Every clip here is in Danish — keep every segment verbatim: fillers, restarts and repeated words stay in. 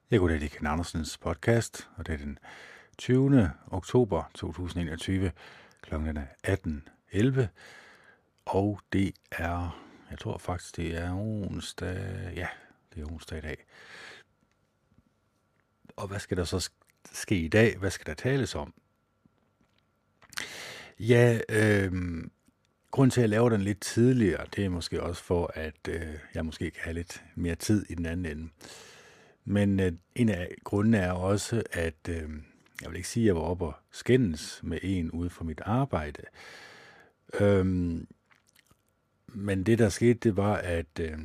Jeg går til Ken Andersens podcast, og det er den tyvende oktober to tusind og enogtyve. Klokken er atten elleve, og det er, jeg tror faktisk, det er onsdag. Ja, det er onsdag i dag. Og hvad skal der så ske i dag? Hvad skal der tales om? Ja, øh, grunden til, at jeg laver den lidt tidligere, det er måske også for, at øh, jeg måske kan have lidt mere tid i den anden ende. Men øh, en af grundene er også, at øh, jeg vil ikke sige, at jeg var oppe og skændes med en ude for mit arbejde. Øhm, men det, der skete, det var, at øh,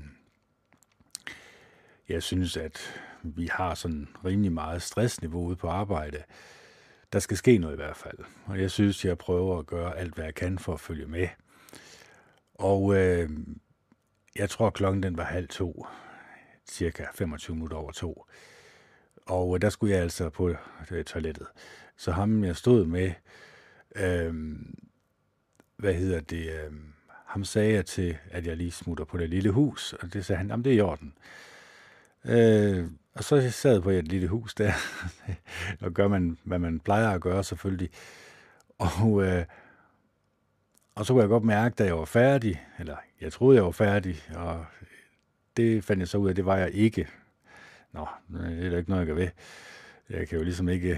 jeg synes, at vi har sådan rimelig meget stressniveau ude på arbejde. Der skal ske noget i hvert fald. Og jeg synes, jeg prøver at gøre alt, hvad jeg kan for at følge med. Og øh, jeg tror, klokken den var halv to. Cirka femogtyve minutter over to. Og der skulle jeg altså på toilettet. Så ham, jeg stod med, øh, hvad hedder det, øh, ham sagde jeg til, at jeg lige smutter på det lille hus, og det sagde han, jamen det er i orden. Øh, og så sad jeg på et lille hus der, og gør man, hvad man plejer at gøre selvfølgelig. Og, øh, og så kunne jeg godt mærke, da jeg var færdig, eller jeg troede, jeg var færdig, og det fandt jeg så ud af, det var jeg ikke. Nå, det er da ikke noget, jeg gør ved. Jeg kan jo ligesom ikke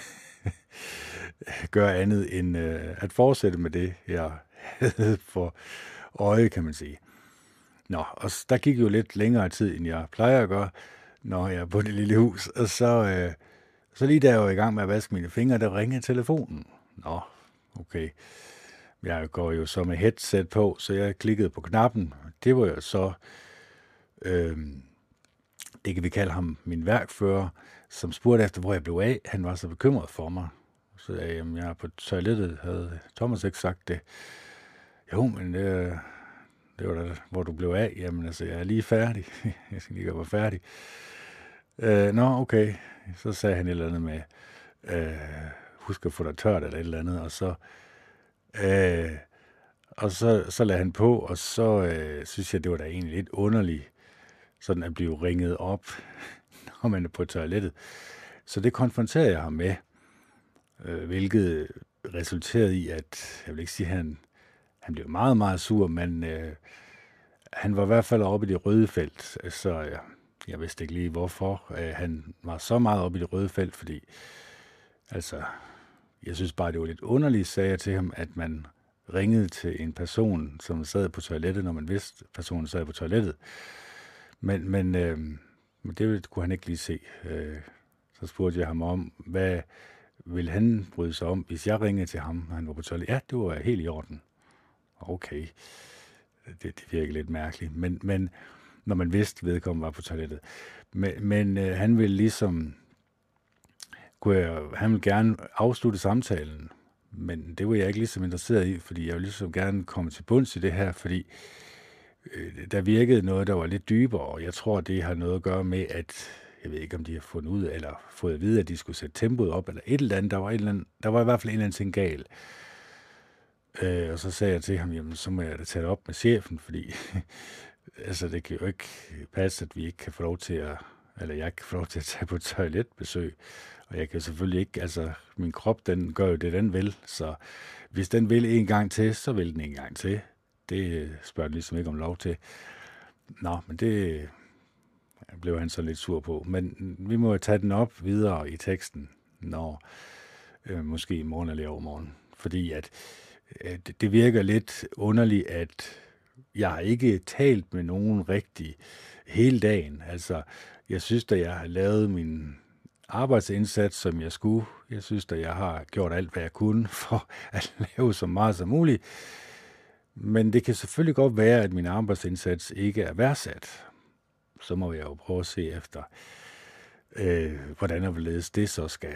gøre andet end øh, at fortsætte med det, jeg havde for øje, kan man sige. Nå, og der gik jo lidt længere tid, end jeg plejer at gøre, når jeg er på det lille hus. Og så, øh, så lige da jeg var i gang med at vaske mine fingre, der ringede telefonen. Nå, okay. Jeg går jo så med headset på, så jeg klikkede på knappen. Det var jo så... Øh, det kan vi kalde ham min værkfører, som spurgte efter, hvor jeg blev af. Han var så bekymret for mig. Så sagde jeg, jamen, jeg er på toilettet, havde Thomas ikke sagt det. Jo, men det, det var da, hvor du blev af. Jamen altså, jeg er lige færdig. Jeg skal lige gøre mig færdig. Øh, nå, okay. Så sagde han et eller andet med, øh, husk at få dig tørt eller et eller andet. Og så, øh, og så, så lagde han på, og så øh, synes jeg, det var da egentlig lidt underligt, sådan at blive ringet op, når man er på toilettet. Så det konfronterede jeg ham med, øh, hvilket resulterede i, at jeg vil ikke sige, at han, han blev meget, meget sur, men øh, han var i hvert fald oppe i det røde felt, så øh, jeg vidste ikke lige, hvorfor øh, han var så meget oppe i det røde felt, fordi altså, jeg synes bare, det var lidt underligt, sagde jeg til ham, at man ringede til en person, som sad på toilettet, når man vidste, at personen sad på toilettet. Men, men øh, det kunne han ikke lige se. Øh, så spurgte jeg ham om, hvad ville han bryde sig om, hvis jeg ringede til ham, og han var på toilettet? Ja, det var helt i orden. Okay, det, det virker lidt mærkeligt. Men, men når man vidste, vedkommende var på toilettet. Men, men øh, han ville ligesom, kunne jeg, han ville gerne afslutte samtalen, men det var jeg ikke ligesom interesseret i, fordi jeg ville ligesom gerne komme til bunds i det her, fordi der virkede noget, der var lidt dybere, og jeg tror, det har noget at gøre med, at jeg ved ikke, om de har fundet ud eller fået at vide, at de skulle sætte tempoet op, eller et eller andet. Der var, et eller andet, der var i hvert fald en eller anden ting gal. Øh, og så sagde jeg til ham, jamen, så må jeg da tage det op med chefen, fordi altså, det kan jo ikke passe, at vi ikke kan få lov til at, eller jeg kan få lov til at tage på toiletbesøg. Og jeg kan selvfølgelig ikke, altså, min krop, den gør jo det, den vil, så hvis den vil en gang til, så vil den en gang til. Det spørger den ligesom ikke om lov til. Nå, men det blev han så lidt sur på. Men vi må jo tage den op videre i teksten, når øh, måske i morgen eller i overmorgen. Fordi at øh, det virker lidt underligt, at jeg har ikke talt med nogen rigtig hele dagen. Altså, jeg synes, at jeg har lavet min arbejdsindsats, som jeg skulle. Jeg synes, at jeg har gjort alt, hvad jeg kunne for at lave så meget som muligt. Men det kan selvfølgelig godt være, at min arbejdsindsats ikke er værdsat. Så må jeg jo prøve at se efter, øh, hvordan og hvorledes det så skal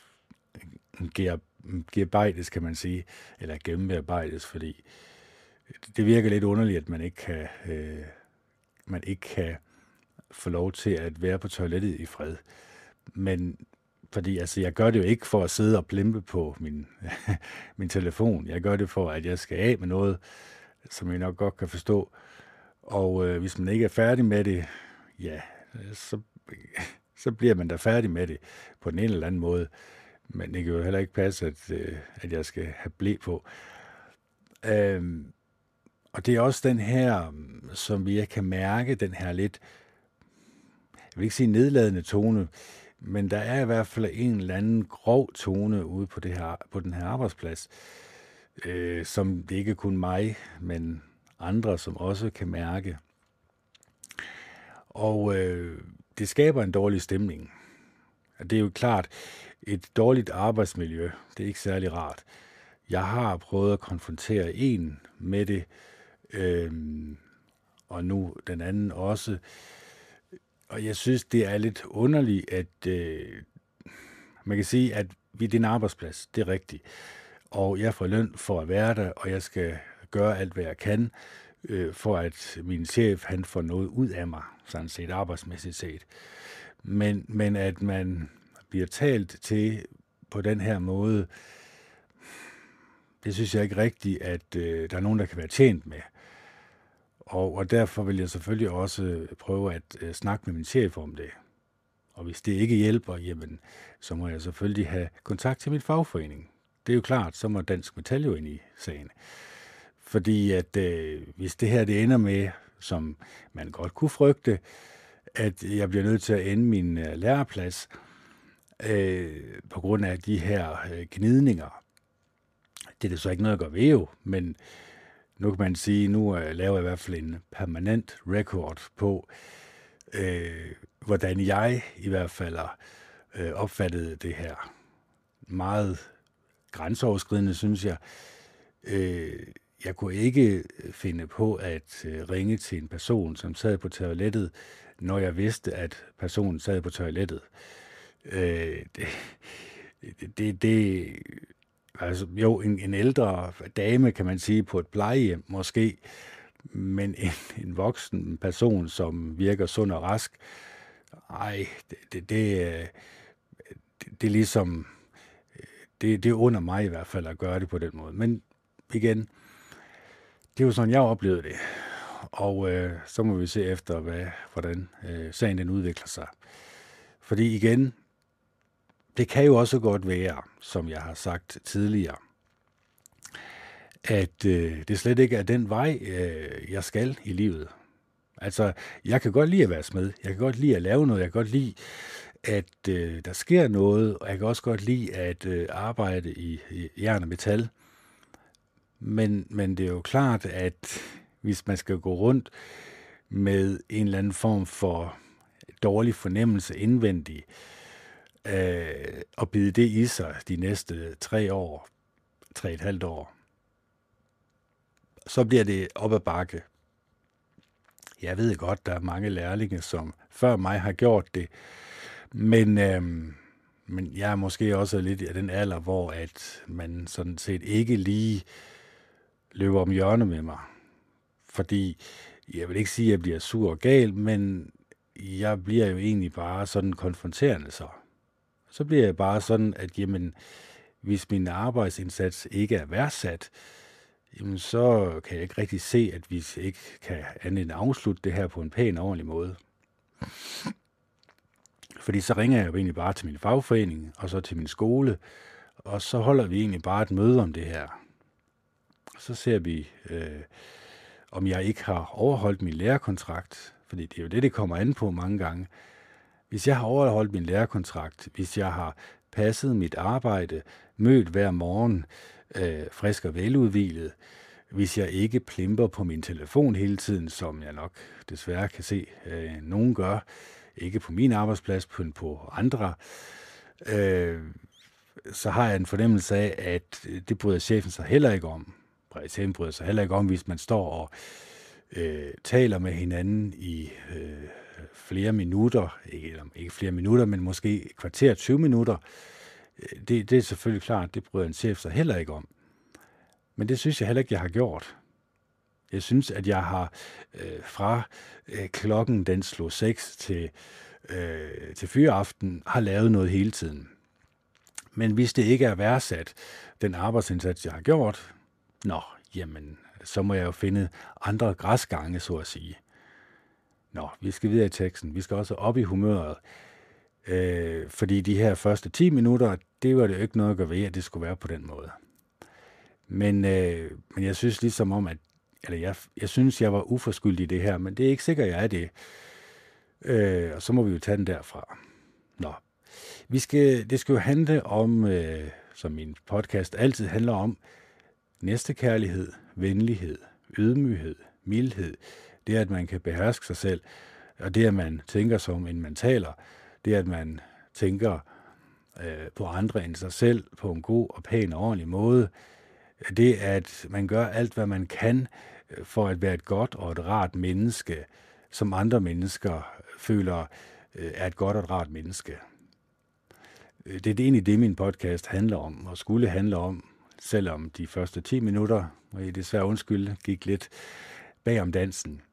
gearbejdes, kan man sige, eller gennembearbejdes, fordi det virker lidt underligt, at man ikke kan, øh, man ikke kan få lov til at være på toilettet i fred. Men fordi altså, jeg gør det jo ikke for at sidde og plimpe på min, min telefon. Jeg gør det for, at jeg skal af med noget, som jeg nok godt kan forstå. Og øh, hvis man ikke er færdig med det, ja, så, så bliver man da færdig med det på den ene eller anden måde. Men det kan jo heller ikke passe, at, øh, at jeg skal have ble på. Øhm, og det er også den her, som vi kan mærke, den her lidt, jeg vil ikke sige nedladende tone, men der er i hvert fald en eller anden grov tone ude på, det her, på den her arbejdsplads, øh, som det ikke kun mig, men andre, som også kan mærke. Og øh, det skaber en dårlig stemning. Og det er jo klart, et dårligt arbejdsmiljø, det er ikke særlig rart. Jeg har prøvet at konfrontere en med det, øh, og nu den anden også. Og jeg synes, det er lidt underligt, at øh, man kan sige, at vi det er en arbejdsplads, det er rigtigt. Og jeg får løn for at være der, og jeg skal gøre alt, hvad jeg kan, øh, for at min chef, han får noget ud af mig, sådan set arbejdsmæssigt set. Men, men at man bliver talt til på den her måde, det synes jeg ikke rigtigt, at øh, der er nogen, der kan være tjent med. Og, og derfor vil jeg selvfølgelig også prøve at øh, snakke med min chef om det. Og hvis det ikke hjælper, jamen, så må jeg selvfølgelig have kontakt til min fagforening. Det er jo klart, så må Dansk Metal jo ind i sagen. Fordi at øh, hvis det her det ender med, som man godt kunne frygte, at jeg bliver nødt til at ende min øh, læreplads øh, på grund af de her øh, gnidninger. Det er det så ikke noget at gøre ved jo, men nu kan man sige, nu øh, laver jeg i hvert fald en permanent record på, øh, hvordan jeg i hvert fald øh, opfattede det her. Meget grænseoverskridende, synes jeg. Øh, jeg kunne ikke finde på at øh, ringe til en person, som sad på toilettet, når jeg vidste, at personen sad på toilettet. Øh, det, det, det, altså, jo, en, en ældre dame, kan man sige, på et plejehjem måske, men en, en voksen person, som virker sund og rask, ej, det, det, det, det, det er ligesom, det, det er under mig i hvert fald at gøre det på den måde. Men igen, det er jo sådan, jeg oplevede det. Og øh, så må vi se efter, hvad, hvordan øh, sagen den udvikler sig. Fordi igen, det kan jo også godt være, som jeg har sagt tidligere, at øh, det slet ikke er den vej, øh, jeg skal i livet. Altså, jeg kan godt lide at være smed. Jeg kan godt lide at lave noget. Jeg kan godt lide, at øh, der sker noget. Og jeg kan også godt lide at øh, arbejde i, i jern og metal. Men, men det er jo klart, at hvis man skal gå rundt med en eller anden form for dårlig fornemmelse indvendig, øh, og bide det i sig de næste tre år, tre og et halvt år, så bliver det op ad bakke. Jeg ved godt, der er mange lærlinge, som før mig har gjort det, men, øhm, men jeg er måske også lidt af den alder, hvor at man sådan set ikke lige løber om hjørnet med mig. Fordi jeg vil ikke sige, at jeg bliver sur og gal, men jeg bliver jo egentlig bare sådan konfronterende så. Så bliver jeg bare sådan, at jamen, hvis min arbejdsindsats ikke er værdsat, jamen så kan jeg ikke rigtig se, at vi ikke kan andet end afslutte det her på en pæn og ordentlig måde. Fordi så ringer jeg jo egentlig bare til min fagforening, og så til min skole, og så holder vi egentlig bare et møde om det her. Så ser vi, øh, om jeg ikke har overholdt min lærekontrakt, fordi det er jo det, det kommer an på mange gange. Hvis jeg har overholdt min lærekontrakt, hvis jeg har passet mit arbejde, mødt hver morgen, øh, frisk og veludhvilet, hvis jeg ikke plimper på min telefon hele tiden, som jeg nok desværre kan se, øh, nogen gør, ikke på min arbejdsplads, men på andre, øh, så har jeg en fornemmelse af, at det bryder chefen sig heller ikke om. Chefen bryder sig heller ikke om, hvis man står og øh, taler med hinanden i øh, flere minutter, ikke, eller ikke flere minutter, men måske et kvarter, tyve minutter. Det, det er selvfølgelig klart, det bryder en chef sig heller ikke om. Men det synes jeg heller ikke, jeg har gjort. Jeg synes, at jeg har øh, fra øh, klokken den slog seks til, øh, til fyreaften, har lavet noget hele tiden. Men hvis det ikke er værdsat, den arbejdsindsats, jeg har gjort, nå, jamen, så må jeg jo finde andre græsgange, så at sige. Nå, vi skal videre i teksten. Vi skal også op i humøret. Øh, fordi de her første ti minutter, det var det jo ikke noget at gøre ved, at det skulle være på den måde. Men, øh, men jeg synes ligesom om, at eller jeg, jeg synes, jeg var uforskyldig i det her, men det er ikke sikkert, jeg er det. Øh, og så må vi jo tage den derfra. Nå. Vi skal, det skal jo handle om, øh, som min podcast altid handler om, næstekærlighed, venlighed, ydmyghed, mildhed. Det er, at man kan beherske sig selv, og det, at man tænker som en man taler, det er, at man tænker øh, på andre end sig selv på en god og pæn og ordentlig måde. Det, at man gør alt, hvad man kan for at være et godt og et rart menneske, som andre mennesker føler øh, er et godt og et rart menneske. Det er egentlig det, min podcast handler om, og skulle handle om, selvom de første ti minutter, og jeg desværre undskyld, gik lidt bag om dansen.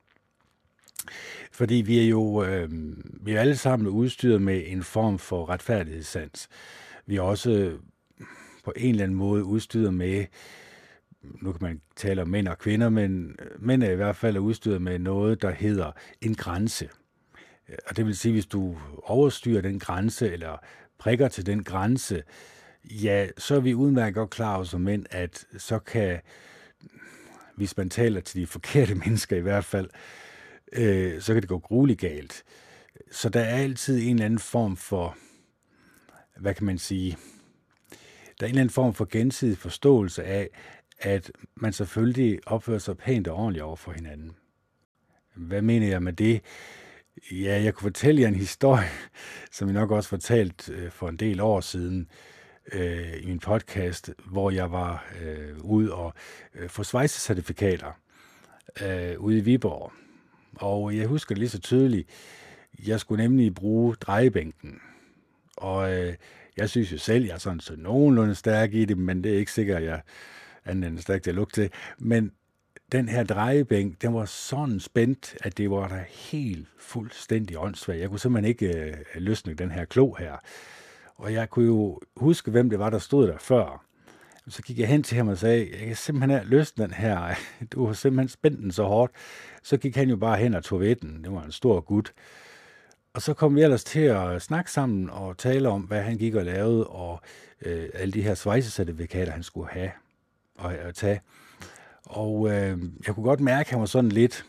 Fordi vi er jo øh, vi er alle sammen udstyret med en form for retfærdighedssans. Vi er også på en eller anden måde udstyret med, nu kan man tale om mænd og kvinder, men mænd er i hvert fald udstyret med noget, der hedder en grænse. Og det vil sige, hvis du overstyrer den grænse, eller prikker til den grænse, ja, så er vi udmærket godt klar over som mænd, at så kan, hvis man taler til de forkerte mennesker i hvert fald, øh, så kan det gå grueligt galt. Så der er altid en eller anden form for, hvad kan man sige, der er en eller anden form for gensidig forståelse af, at man selvfølgelig opfører sig pænt og ordentligt over for hinanden. Hvad mener jeg med det? Ja, jeg kunne fortælle jer en historie, som jeg nok også fortalt øh, for en del år siden øh, i min podcast, hvor jeg var øh, ude og øh, få svejsecertifikater øh, ude i Viborg. Og jeg husker det lige så tydeligt. Jeg skulle nemlig bruge drejebænken. Og øh, jeg synes jo selv, jeg er sådan så nogenlunde stærk i det, men det er ikke sikkert, at jeg anvender stærkt til at lugte til. Men den her drejebænk, den var sådan spændt, at det var da helt fuldstændig åndssvagt. Jeg kunne simpelthen ikke øh, løsne den her klo her. Og jeg kunne jo huske, hvem det var, der stod der før. Så gik jeg hen til ham og sagde, jeg kan simpelthen løsne den her. Du har simpelthen spændt den så hårdt. Så gik han jo bare hen og tog ved den. Det var en stor gut. Og så kom vi ellers til at snakke sammen og tale om, hvad han gik og lavede, og øh, alle de her svejsecertifikater, han skulle have og, og tage. Og øh, jeg kunne godt mærke, at han var sådan lidt,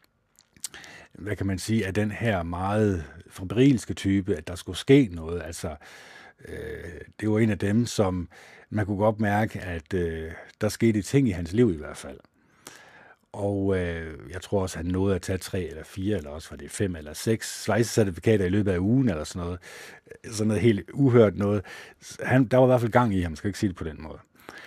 hvad kan man sige, af den her meget febrilske type, at der skulle ske noget. Altså, øh, det var en af dem, som man kunne godt mærke, at øh, der skete ting i hans liv i hvert fald. Og øh, jeg tror også, at han nåede at tage tre eller fire, eller også var det fem eller seks svejsecertifikater i løbet af ugen, eller sådan noget. Sådan noget helt uhørt noget. Han, der var i hvert fald gang i ham, skal ikke sige det på den måde.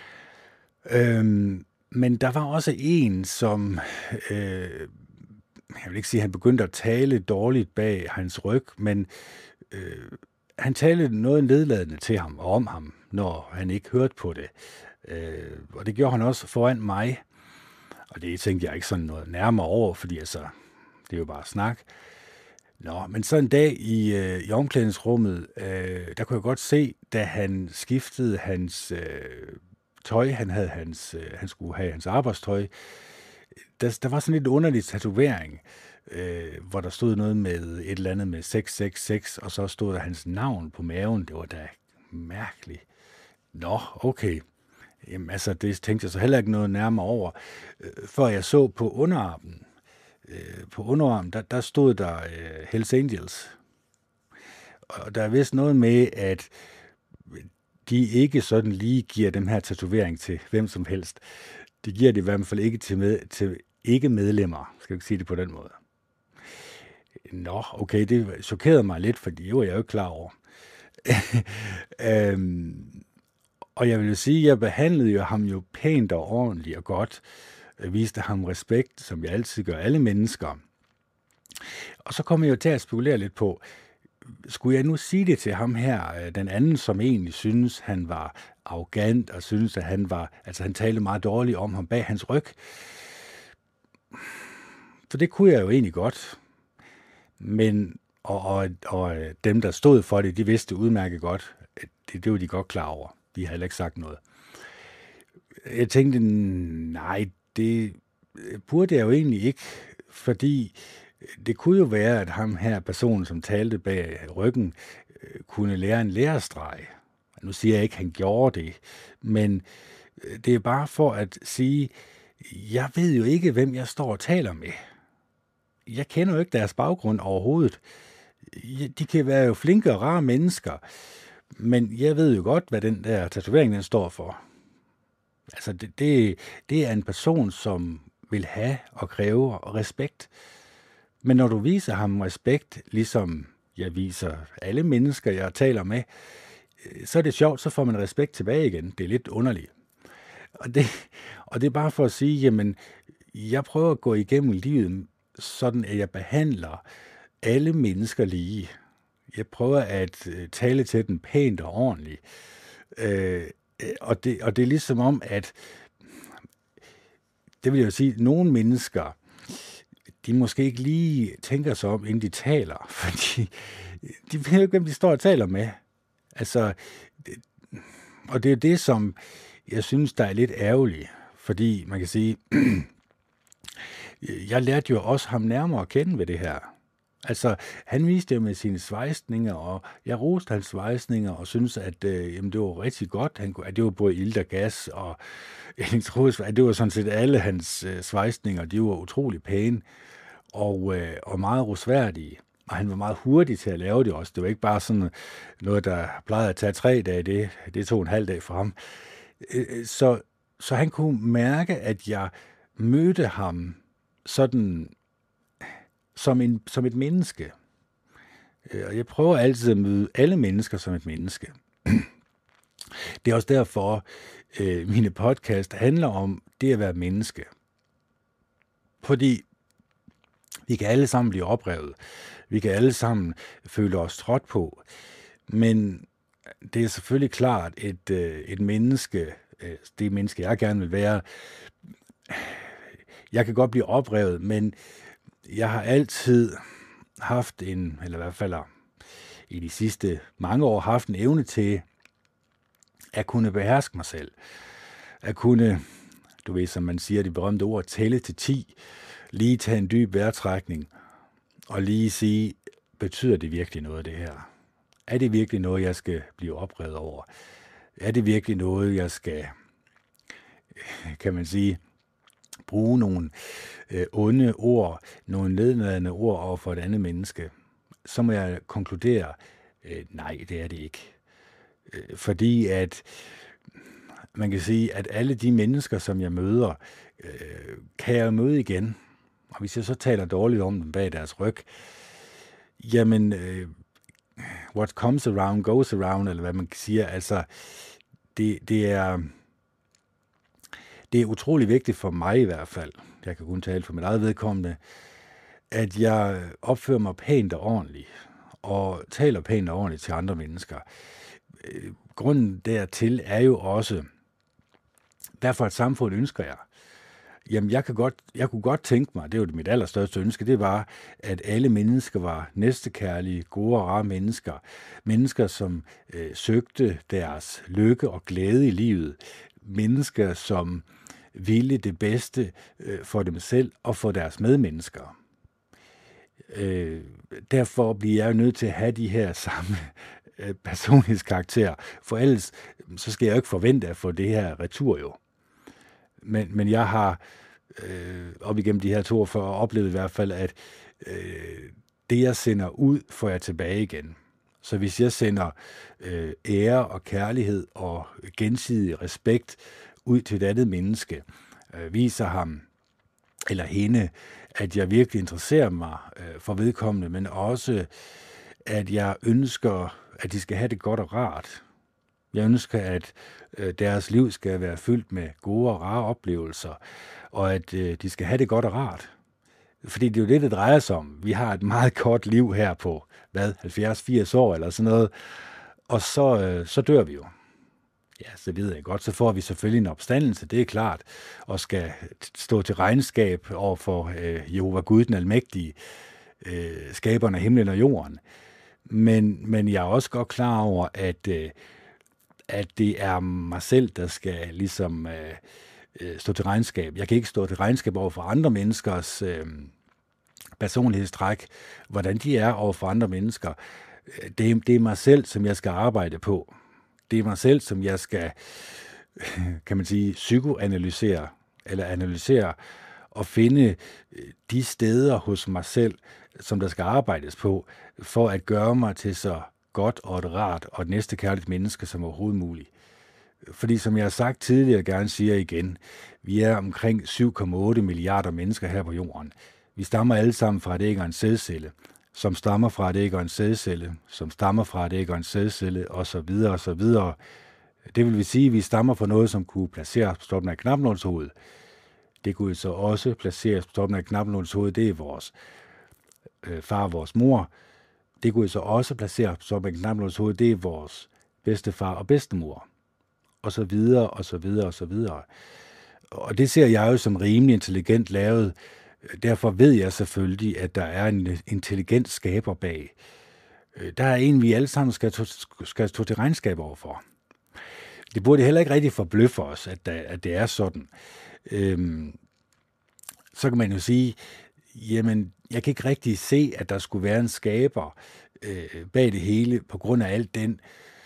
Øhm, men der var også en, som, øh, jeg vil ikke sige, at han begyndte at tale dårligt bag hans ryg, men øh, han talte noget nedladende til ham og om ham, når han ikke hørte på det. Øh, og det gjorde han også foran mig. Og det tænkte jeg ikke sådan noget nærmere over, fordi altså, det er jo bare snak. Nå, men så en dag i, øh, i omklædningsrummet, øh, der kunne jeg godt se, da han skiftede hans øh, tøj, han havde hans, øh, han skulle have hans arbejdstøj, der, der var sådan lidt underlig tatovering, øh, hvor der stod noget med et eller andet med seks seks seks, og så stod der hans navn på maven. Det var da mærkeligt. Nå, okay. Jamen altså, det tænkte jeg så heller ikke noget nærmere over, øh, før jeg så på underarmen. Øh, på underarmen, der, der stod der øh, Hells Angels. Og der er vist noget med, at de ikke sådan lige giver den her tatovering til hvem som helst. De giver det i hvert fald ikke til, med, til ikke-medlemmer, skal jeg ikke sige det på den måde. Nå, okay, det chokerede mig lidt, for det var jeg jo ikke klar over. øhm, Og jeg vil jo sige, at jeg behandlede jo ham jo pænt og ordentligt og godt. Jeg viste ham respekt, som jeg altid gør alle mennesker. Og så kom jeg jo til at spekulere lidt på, skulle jeg nu sige det til ham her, den anden, som egentlig synes, han var arrogant, og synes, at han var, altså han talte meget dårligt om ham bag hans ryg. For det kunne jeg jo egentlig godt. Men, og, og, og dem, der stod for det, de vidste udmærket godt. Det, det var de godt klar over. De har heller ikke sagt noget. Jeg tænkte, nej, det burde jeg jo egentlig ikke, fordi det kunne jo være, at ham her, personen, som talte bag ryggen, øh, kunne lære en lærestreg. Nu siger jeg ikke, at han gjorde det, men det er bare for at sige, jeg ved jo ikke, hvem jeg står og taler med. Jeg kender jo ikke deres baggrund overhovedet. De kan være jo flinke og rare mennesker, men jeg ved jo godt, hvad den der tatovering den står for. Altså, det, det, det er en person, som vil have og kræve respekt. Men når du viser ham respekt, ligesom jeg viser alle mennesker, jeg taler med, så er det sjovt, så får man respekt tilbage igen. Det er lidt underligt. Og det, og det er bare for at sige, jamen, jeg prøver at gå igennem livet, sådan at jeg behandler alle mennesker lige. Jeg prøver at tale til dem pænt og ordentligt. Øh, og, det, og det er ligesom om, at det vil jeg jo sige, nogle mennesker, de måske ikke lige tænker sig om, inden de taler, fordi de ved jo ikke, hvem de står og taler med. Altså, det, og det er det, som jeg synes, der er lidt ærgerligt, fordi man kan sige, jeg lærte jo også ham nærmere at kende ved det her. Altså, han viste jo med sine svejsninger, og jeg roste hans svejsninger, og synes at øh, jamen, det var rigtig godt. Han, at det var både ilt og gas, og at det var sådan set alle hans øh, svejsninger, de var utrolig pæne, og, øh, og meget rosværdige. Og han var meget hurtig til at lave det også. Det var ikke bare sådan noget, der plejede at tage tre dage. Det, det tog en halv dag for ham. Så, så han kunne mærke, at jeg mødte ham sådan som, en, som et menneske. Og jeg prøver altid at møde alle mennesker som et menneske. Det er også derfor, øh, mine podcast handler om det at være menneske. Fordi vi kan alle sammen blive oprevet. Vi kan alle sammen føle os trådt på. Men det er selvfølgelig klart, et, et menneske, det menneske, jeg gerne vil være, jeg kan godt blive oprevet, men jeg har altid haft en, eller i hvert fald i de sidste mange år, haft en evne til at kunne beherske mig selv. At kunne, du ved, som man siger, det berømte ord, tælle til ti, lige tage en dyb vejrtrækning, og lige sige, betyder det virkelig noget, det her? Er det virkelig noget, jeg skal blive oprevet over? Er det virkelig noget, jeg skal, kan man sige, bruge nogle øh, onde ord, nogle nedladende ord over for et andet menneske? Så må jeg konkludere, øh, nej, det er det ikke. Øh, fordi at man kan sige, at alle de mennesker, som jeg møder, øh, kan jeg møde igen. Og hvis jeg så taler dårligt om dem bag deres ryg, jamen, øh, what comes around goes around, eller hvad man siger, altså, det, det er det er utrolig vigtigt for mig i hvert fald, jeg kan kun tale for mit eget vedkommende, at jeg opfører mig pænt og ordentligt, og taler pænt og ordentligt til andre mennesker. Grunden dertil er jo også, hvad for et samfund ønsker jeg? Jamen, jeg, kan godt, jeg kunne godt tænke mig, det er jo mit allerstørste ønske, det var, at alle mennesker var næstekærlige, gode og rare mennesker. Mennesker, som øh, søgte deres lykke og glæde i livet. Mennesker, som ville det bedste øh, for dem selv og for deres medmennesker. Øh, derfor bliver jeg jo nødt til at have de her samme øh, personlighedskarakterer, for ellers så skal jeg jo ikke forvente at få det her retur jo. Men, men jeg har øh, op igennem de her toogfyrre oplevet i hvert fald, at øh, det, jeg sender ud, får jeg tilbage igen. Så hvis jeg sender øh, ære og kærlighed og gensidig respekt ud til et andet menneske, øh, viser ham eller hende, at jeg virkelig interesserer mig øh, for vedkommende, men også, at jeg ønsker, at de skal have det godt og rart. Jeg ønsker, at øh, deres liv skal være fyldt med gode og rare oplevelser, og at øh, de skal have det godt og rart. Fordi det er jo det, det drejer sig om. Vi har et meget kort liv her på, hvad, halvfjerds til firs år eller sådan noget, og så, øh, så dør vi jo. Ja, så ved jeg godt, så får vi selvfølgelig en opstandelse, det er klart, og skal stå til regnskab over for øh, Jehova Gud, den almægtige, øh, skaberen af himlen og jorden. Men, men jeg er også godt klar over, at øh, at det er mig selv, der skal ligesom øh, stå til regnskab. Jeg kan ikke stå til regnskab over for andre menneskers øh, personlighedstræk, hvordan de er over for andre mennesker. Det er, det er mig selv, som jeg skal arbejde på. Det er mig selv, som jeg skal, kan man sige, psykoanalysere, eller analysere, og finde de steder hos mig selv, som der skal arbejdes på, for at gøre mig til så godt og et rart og et næstekærligt menneske som overhovedet muligt. Fordi som jeg har sagt tidligere, og gerne siger igen, vi er omkring syv komma otte milliarder mennesker her på jorden. Vi stammer alle sammen fra et æg og en sædcelle, som stammer fra et æg og en sædcelle, som stammer fra et æg og en sædcelle, og så videre og så videre. Det vil sige, at vi stammer fra noget, som kunne placeres på toppen af knapnålshovedet. Det kunne så også placeres på toppen af knapnålshovedet. Det er vores øh, far og vores mor. Det kunne så også placeres på toppen af knapnålshovedet. Det er vores bedstefar og bedstemor. Og så videre, og så videre, og så videre. Og det ser jeg jo som rimelig intelligent lavet. Derfor ved jeg selvfølgelig, at der er en intelligent skaber bag. Der er en, vi alle sammen skal stå skal til regnskab overfor. Det burde heller ikke rigtig forbløffe os, at, der, at det er sådan. Øhm, så kan man jo sige, jamen, jeg kan ikke rigtig se, at der skulle være en skaber øh, bag det hele, på grund af alt den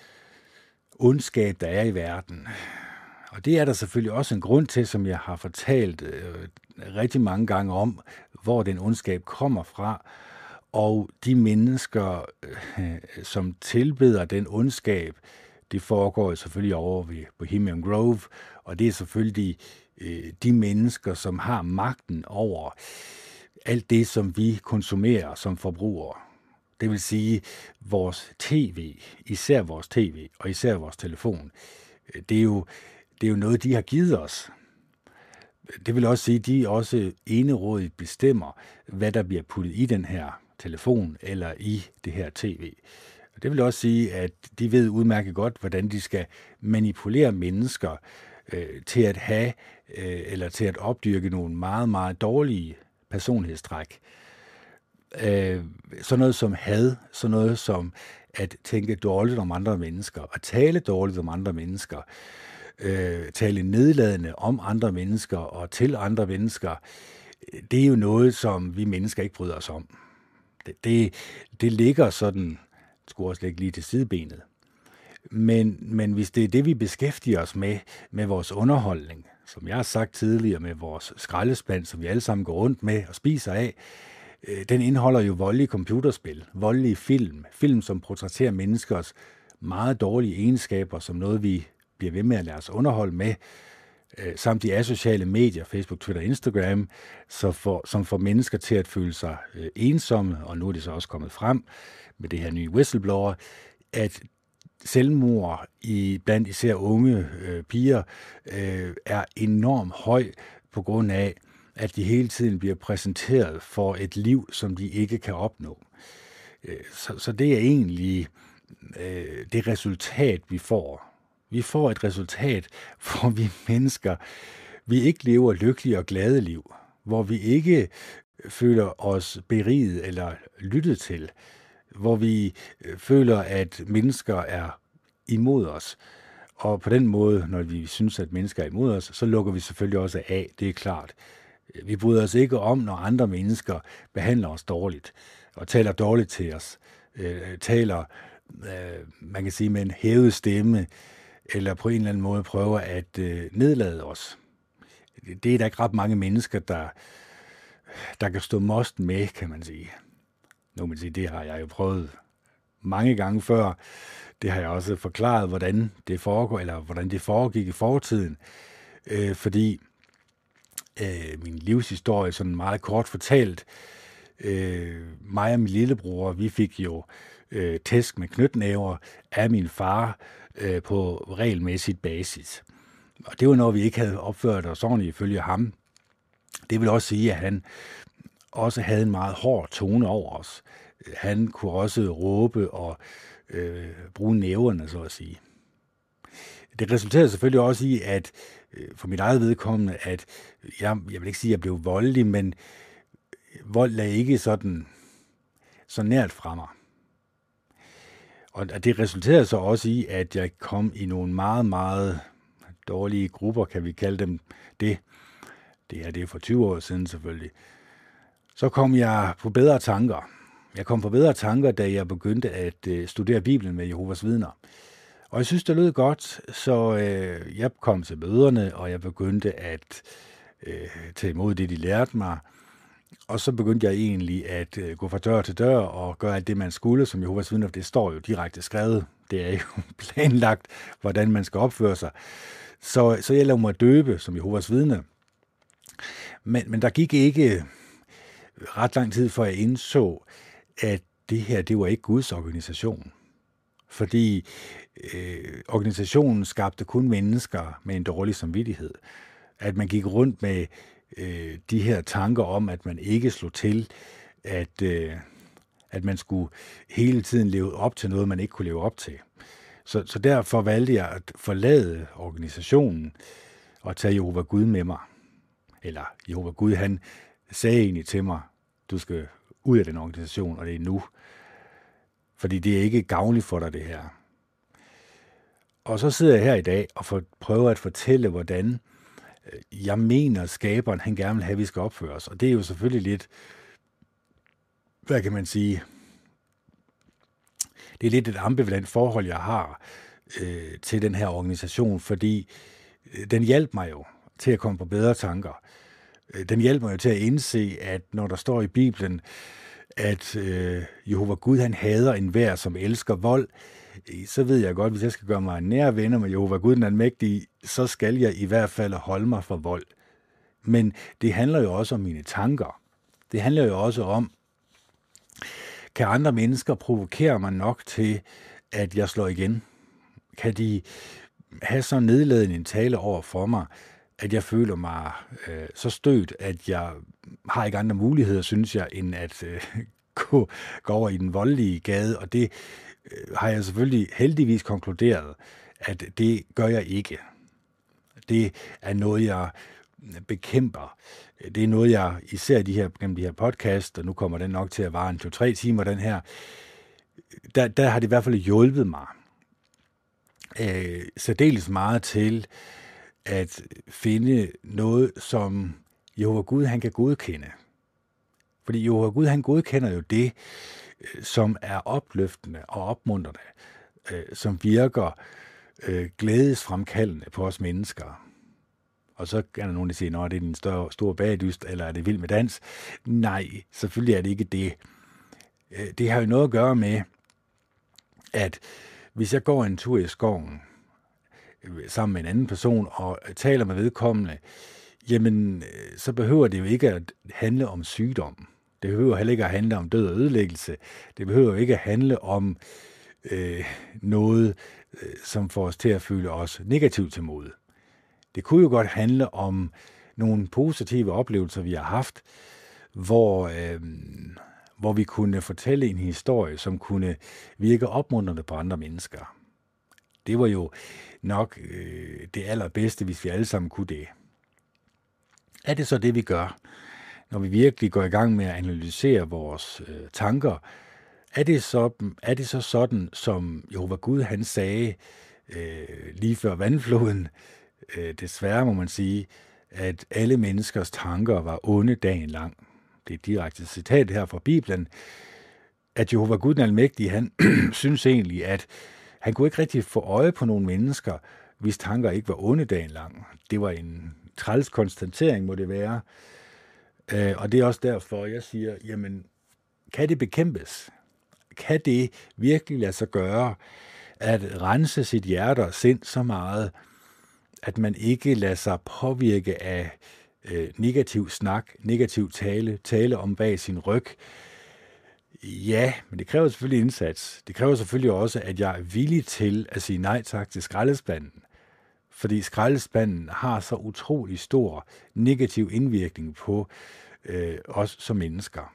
ondskab, der er i verden. Og det er der selvfølgelig også en grund til, som jeg har fortalt øh, rigtig mange gange om, hvor den ondskab kommer fra. Og de mennesker, øh, som tilbeder den ondskab, det foregår selvfølgelig over ved Bohemian Grove, og det er selvfølgelig øh, de mennesker, som har magten over alt det, som vi konsumerer som forbrugere. Det vil sige vores tv, især vores tv og især vores telefon. Det er jo, det er jo noget, de har givet os. Det vil også sige, at de også enerådigt bestemmer, hvad der bliver puttet i den her telefon eller i det her tv. Det vil også sige, at de ved udmærket godt, hvordan de skal manipulere mennesker øh, til at have øh, eller til at opdyrke nogle meget, meget dårlige personlighedstræk. Øh, sådan noget som had, sådan noget som at tænke dårligt om andre mennesker, at tale dårligt om andre mennesker, øh, tale nedladende om andre mennesker og til andre mennesker, det er jo noget, som vi mennesker ikke bryder os om. Det, det, det ligger sådan, skulle også lægge lige til sidebenet. Men, men hvis det er det, vi beskæftiger os med, med vores underholdning, som jeg har sagt tidligere, med vores skraldespand, som vi alle sammen går rundt med og spiser af, den indeholder jo voldelige computerspil, voldelige film, film, som portrætterer menneskers meget dårlige egenskaber, som noget, vi bliver ved med at lade os underholde med, samt de asociale medier, Facebook, Twitter, Instagram, så for, som får mennesker til at føle sig øh, ensomme, og nu er det så også kommet frem med det her nye whistleblower, at selvmord i blandt især unge øh, piger øh, er enormt høj på grund af, at de hele tiden bliver præsenteret for et liv, som de ikke kan opnå. Så, så det er egentlig øh, det resultat, vi får. Vi får et resultat, hvor vi mennesker, vi ikke lever lykkelige og glade liv, hvor vi ikke føler os beriget eller lyttet til, hvor vi føler, at mennesker er imod os. Og på den måde, når vi synes, at mennesker er imod os, så lukker vi selvfølgelig også af, det er klart. Vi bryder os ikke om, når andre mennesker behandler os dårligt og taler dårligt til os, øh, taler, øh, man kan sige, med en hævet stemme, eller på en eller anden måde prøver at øh, nedlade os. Det er der ikke ret mange mennesker, der, der kan stå most med, kan man sige. Nu kan man sige, det har jeg jo prøvet mange gange før. Det har jeg også forklaret, hvordan det foregår, eller hvordan det foregik i fortiden. Øh, fordi øh, min livshistorie, sådan meget kort fortalt, øh, mig og min lillebror, vi fik jo øh, tæsk med knytnæver af min far øh, på regelmæssigt basis. Og det var noget, vi ikke havde opført os ordentligt ifølge ham. Det vil også sige, at han også havde en meget hård tone over os. Han kunne også råbe og øh, bruge næverne, så at sige. Det resulterede selvfølgelig også i, at øh, for mit eget vedkommende, at jeg, jeg vil ikke sige, at jeg blev voldelig, men vold lagde ikke sådan så nært fra mig. Og det resulterede så også i, at jeg kom i nogle meget, meget dårlige grupper, kan vi kalde dem det. Det er det for tyve år siden selvfølgelig. Så kom jeg på bedre tanker. Jeg kom på bedre tanker, da jeg begyndte at øh, studere Bibelen med Jehovas vidner. Og jeg synes, det lød godt, så øh, jeg kom til møderne, og jeg begyndte at øh, tage imod det, de lærte mig. Og så begyndte jeg egentlig at øh, gå fra dør til dør og gøre alt det, man skulle som Jehovas vidner. Det står jo direkte skrevet. Det er jo planlagt, hvordan man skal opføre sig. Så, så jeg lavede mig døbe som Jehovas vidne. Men, men der gik ikke ret lang tid, før jeg indså, at det her, det var ikke Guds organisation. Fordi øh, organisationen skabte kun mennesker med en dårlig samvittighed. At man gik rundt med øh, de her tanker om, at man ikke slog til, at, øh, at man skulle hele tiden leve op til noget, man ikke kunne leve op til. Så, så derfor valgte jeg at forlade organisationen og tage Jehova Gud med mig. Eller Jehova Gud, han sagde egentlig til mig, du skal ud af den organisation, og det er nu. Fordi det er ikke gavnligt for dig, det her. Og så sidder jeg her i dag og for, prøver at fortælle, hvordan jeg mener, at skaberen, han gerne vil have, at vi skal opføre os. Og det er jo selvfølgelig lidt, hvad kan man sige, det er lidt et ambivalent forhold, jeg har øh, til den her organisation, fordi den hjalp mig jo til at komme på bedre tanker. Den hjalp mig jo til at indse, at når der står i Bibelen, at øh, Jehova Gud, han hader enhver, som elsker vold, så ved jeg godt, at hvis jeg skal gøre mig nære venner med Jehova Gud, den almægtige, så skal jeg i hvert fald holde mig fra vold. Men det handler jo også om mine tanker. Det handler jo også om, kan andre mennesker provokere mig nok til, at jeg slår igen? Kan de have så nedladende en tale over for mig, at jeg føler mig øh, så stødt, at jeg har ikke andre muligheder, synes jeg, end at øh, gå, gå over i den voldelige gade. Og det øh, har jeg selvfølgelig heldigvis konkluderet, at det gør jeg ikke. Det er noget, jeg bekæmper. Det er noget, jeg især de her, gennem de her podcast, og nu kommer den nok til at vare en to-tre timer, den her, der, der har det i hvert fald hjulpet mig øh, særdeles meget til at finde noget, som Jehova Gud, han kan godkende. Fordi Jehova Gud, han godkender jo det, som er opløftende og opmuntrende, øh, som virker øh, glædesfremkaldende på os mennesker. Og så er der nogen, der siger, at det er en større, stor bagdyst, eller er det vild med dans? Nej, selvfølgelig er det ikke det. Det har jo noget at gøre med, at hvis jeg går en tur i skoven sammen med en anden person og taler med vedkommende, jamen, så behøver det jo ikke at handle om sygdom. Det behøver heller ikke at handle om død og ødelæggelse. Det behøver ikke at handle om øh, noget, øh, som får os til at føle os negativt til mode. Det kunne jo godt handle om nogle positive oplevelser, vi har haft, hvor, øh, hvor vi kunne fortælle en historie, som kunne virke opmuntrende på andre mennesker. Det var jo nok øh, det allerbedste, hvis vi alle sammen kunne det. Er det så det, vi gør, når vi virkelig går i gang med at analysere vores øh, tanker? Er det, så, er det så sådan, som Jehova Gud, han sagde øh, lige før vandfloden, øh, desværre må man sige, at alle menneskers tanker var onde dagen lang. Det er et direkte citat her fra Bibelen, at Jehova Gud, den almægtige, han synes egentlig, at han kunne ikke rigtig få øje på nogle mennesker, hvis tanker ikke var onde dagen lang. Det var en træls konstatering, må det være. Øh, og det er også derfor, jeg siger, jamen, kan det bekæmpes? Kan det virkelig lade sig gøre, at rense sit hjerte og sind så meget, at man ikke lader sig påvirke af øh, negativ snak, negativ tale, tale om bag sin ryg? Ja, men det kræver selvfølgelig indsats. Det kræver selvfølgelig også, at jeg er villig til at sige nej tak til skraldespanden. Fordi skraldespanden har så utrolig stor negativ indvirkning på øh, os som mennesker.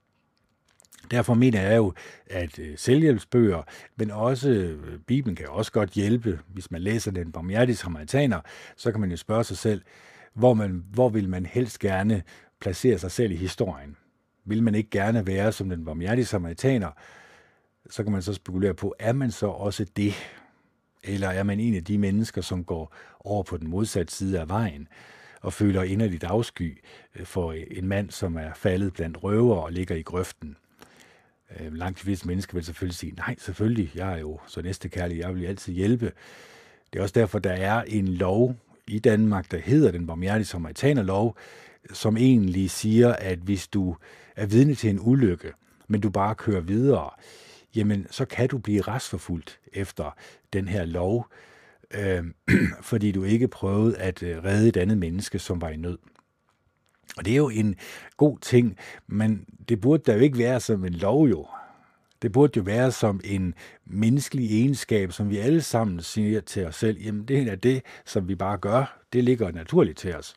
Derfor mener jeg jo, at øh, selvhjælpsbøger, men også øh, Bibelen kan også godt hjælpe. Hvis man læser den barmhjertige samaritaner, så kan man jo spørge sig selv, hvor, man, hvor vil man helst gerne placere sig selv i historien? Vil man ikke gerne være som den barmhjertige samaritaner? Så kan man så spekulere på, er man så også det? Eller er man en af de mennesker, som går over på den modsatte side af vejen og føler inderligt afsky for en mand, som er faldet blandt røvere og ligger i grøften? Øh, langt de fleste mennesker vil selvfølgelig sige, nej, selvfølgelig, jeg er jo så næstekærlig, jeg vil altid hjælpe. Det er også derfor, der er en lov i Danmark, der hedder den barmhjertige samaritanerlov, som egentlig siger, at hvis du er vidne til en ulykke, men du bare kører videre, jamen så kan du blive retsforfulgt efter den her lov, øh, fordi du ikke prøvede at redde et andet menneske, som var i nød. Og det er jo en god ting, men det burde da jo ikke være som en lov jo. Det burde jo være som en menneskelig egenskab, som vi alle sammen siger til os selv, jamen det er det, som vi bare gør. Det ligger naturligt til os.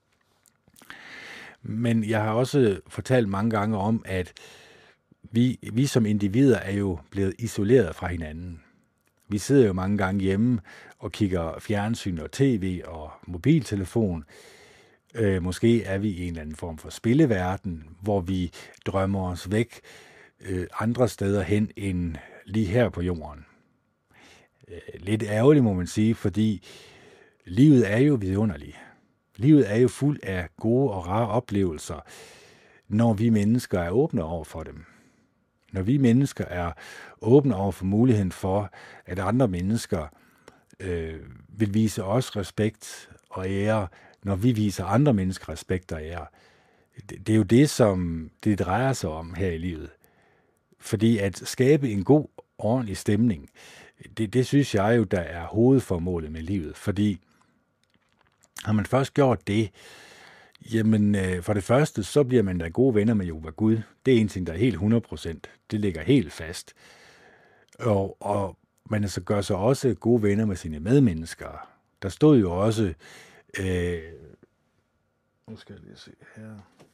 Men jeg har også fortalt mange gange om, at vi, vi som individer er jo blevet isoleret fra hinanden. Vi sidder jo mange gange hjemme og kigger fjernsyn og tv og mobiltelefon. Øh, måske er vi i en eller anden form for spilleverden, hvor vi drømmer os væk øh, andre steder hen end lige her på jorden. Øh, lidt ærgerligt må man sige, fordi livet er jo vidunderligt. Livet er jo fuld af gode og rare oplevelser, når vi mennesker er åbne over for dem. Når vi mennesker er åbne over for muligheden for, at andre mennesker øh, vil vise os respekt og ære, når vi viser andre mennesker respekt og ære. Det, det er jo det, som det drejer sig om her i livet. Fordi at skabe en god, ordentlig stemning, det, det synes jeg jo, der er hovedformålet med livet. Fordi har man først gjort det, jamen øh, for det første, så bliver man da gode venner med Jehova Gud. Det er en ting, der er helt hundrede procent. Det ligger helt fast. Og, og man altså gør sig også gode venner med sine medmennesker. Der stod jo også, øh, nu skal jeg lige se her,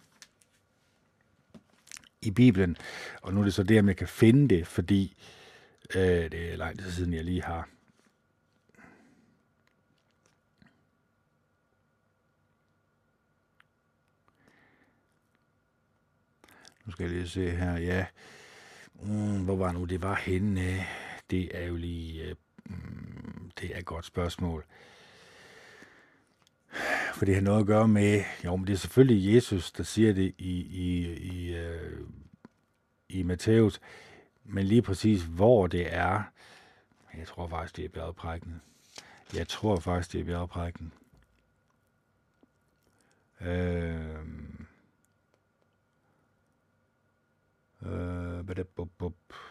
i Bibelen, og nu er det så det, om jeg kan finde det, fordi øh, det er lang tid siden, jeg lige har Nu skal jeg lige se her, ja. Mm, hvor var nu det var henne? Det er jo lige... Mm, det er et godt spørgsmål. For det har noget at gøre med... Jo, men det er selvfølgelig Jesus, der siger det i, i, i, uh, i Matthæus. Men lige præcis, hvor det er... Jeg tror faktisk, det er bjergprædiken. Jeg tror faktisk, det er bjergprædiken. Øh... Øh, bup, bup.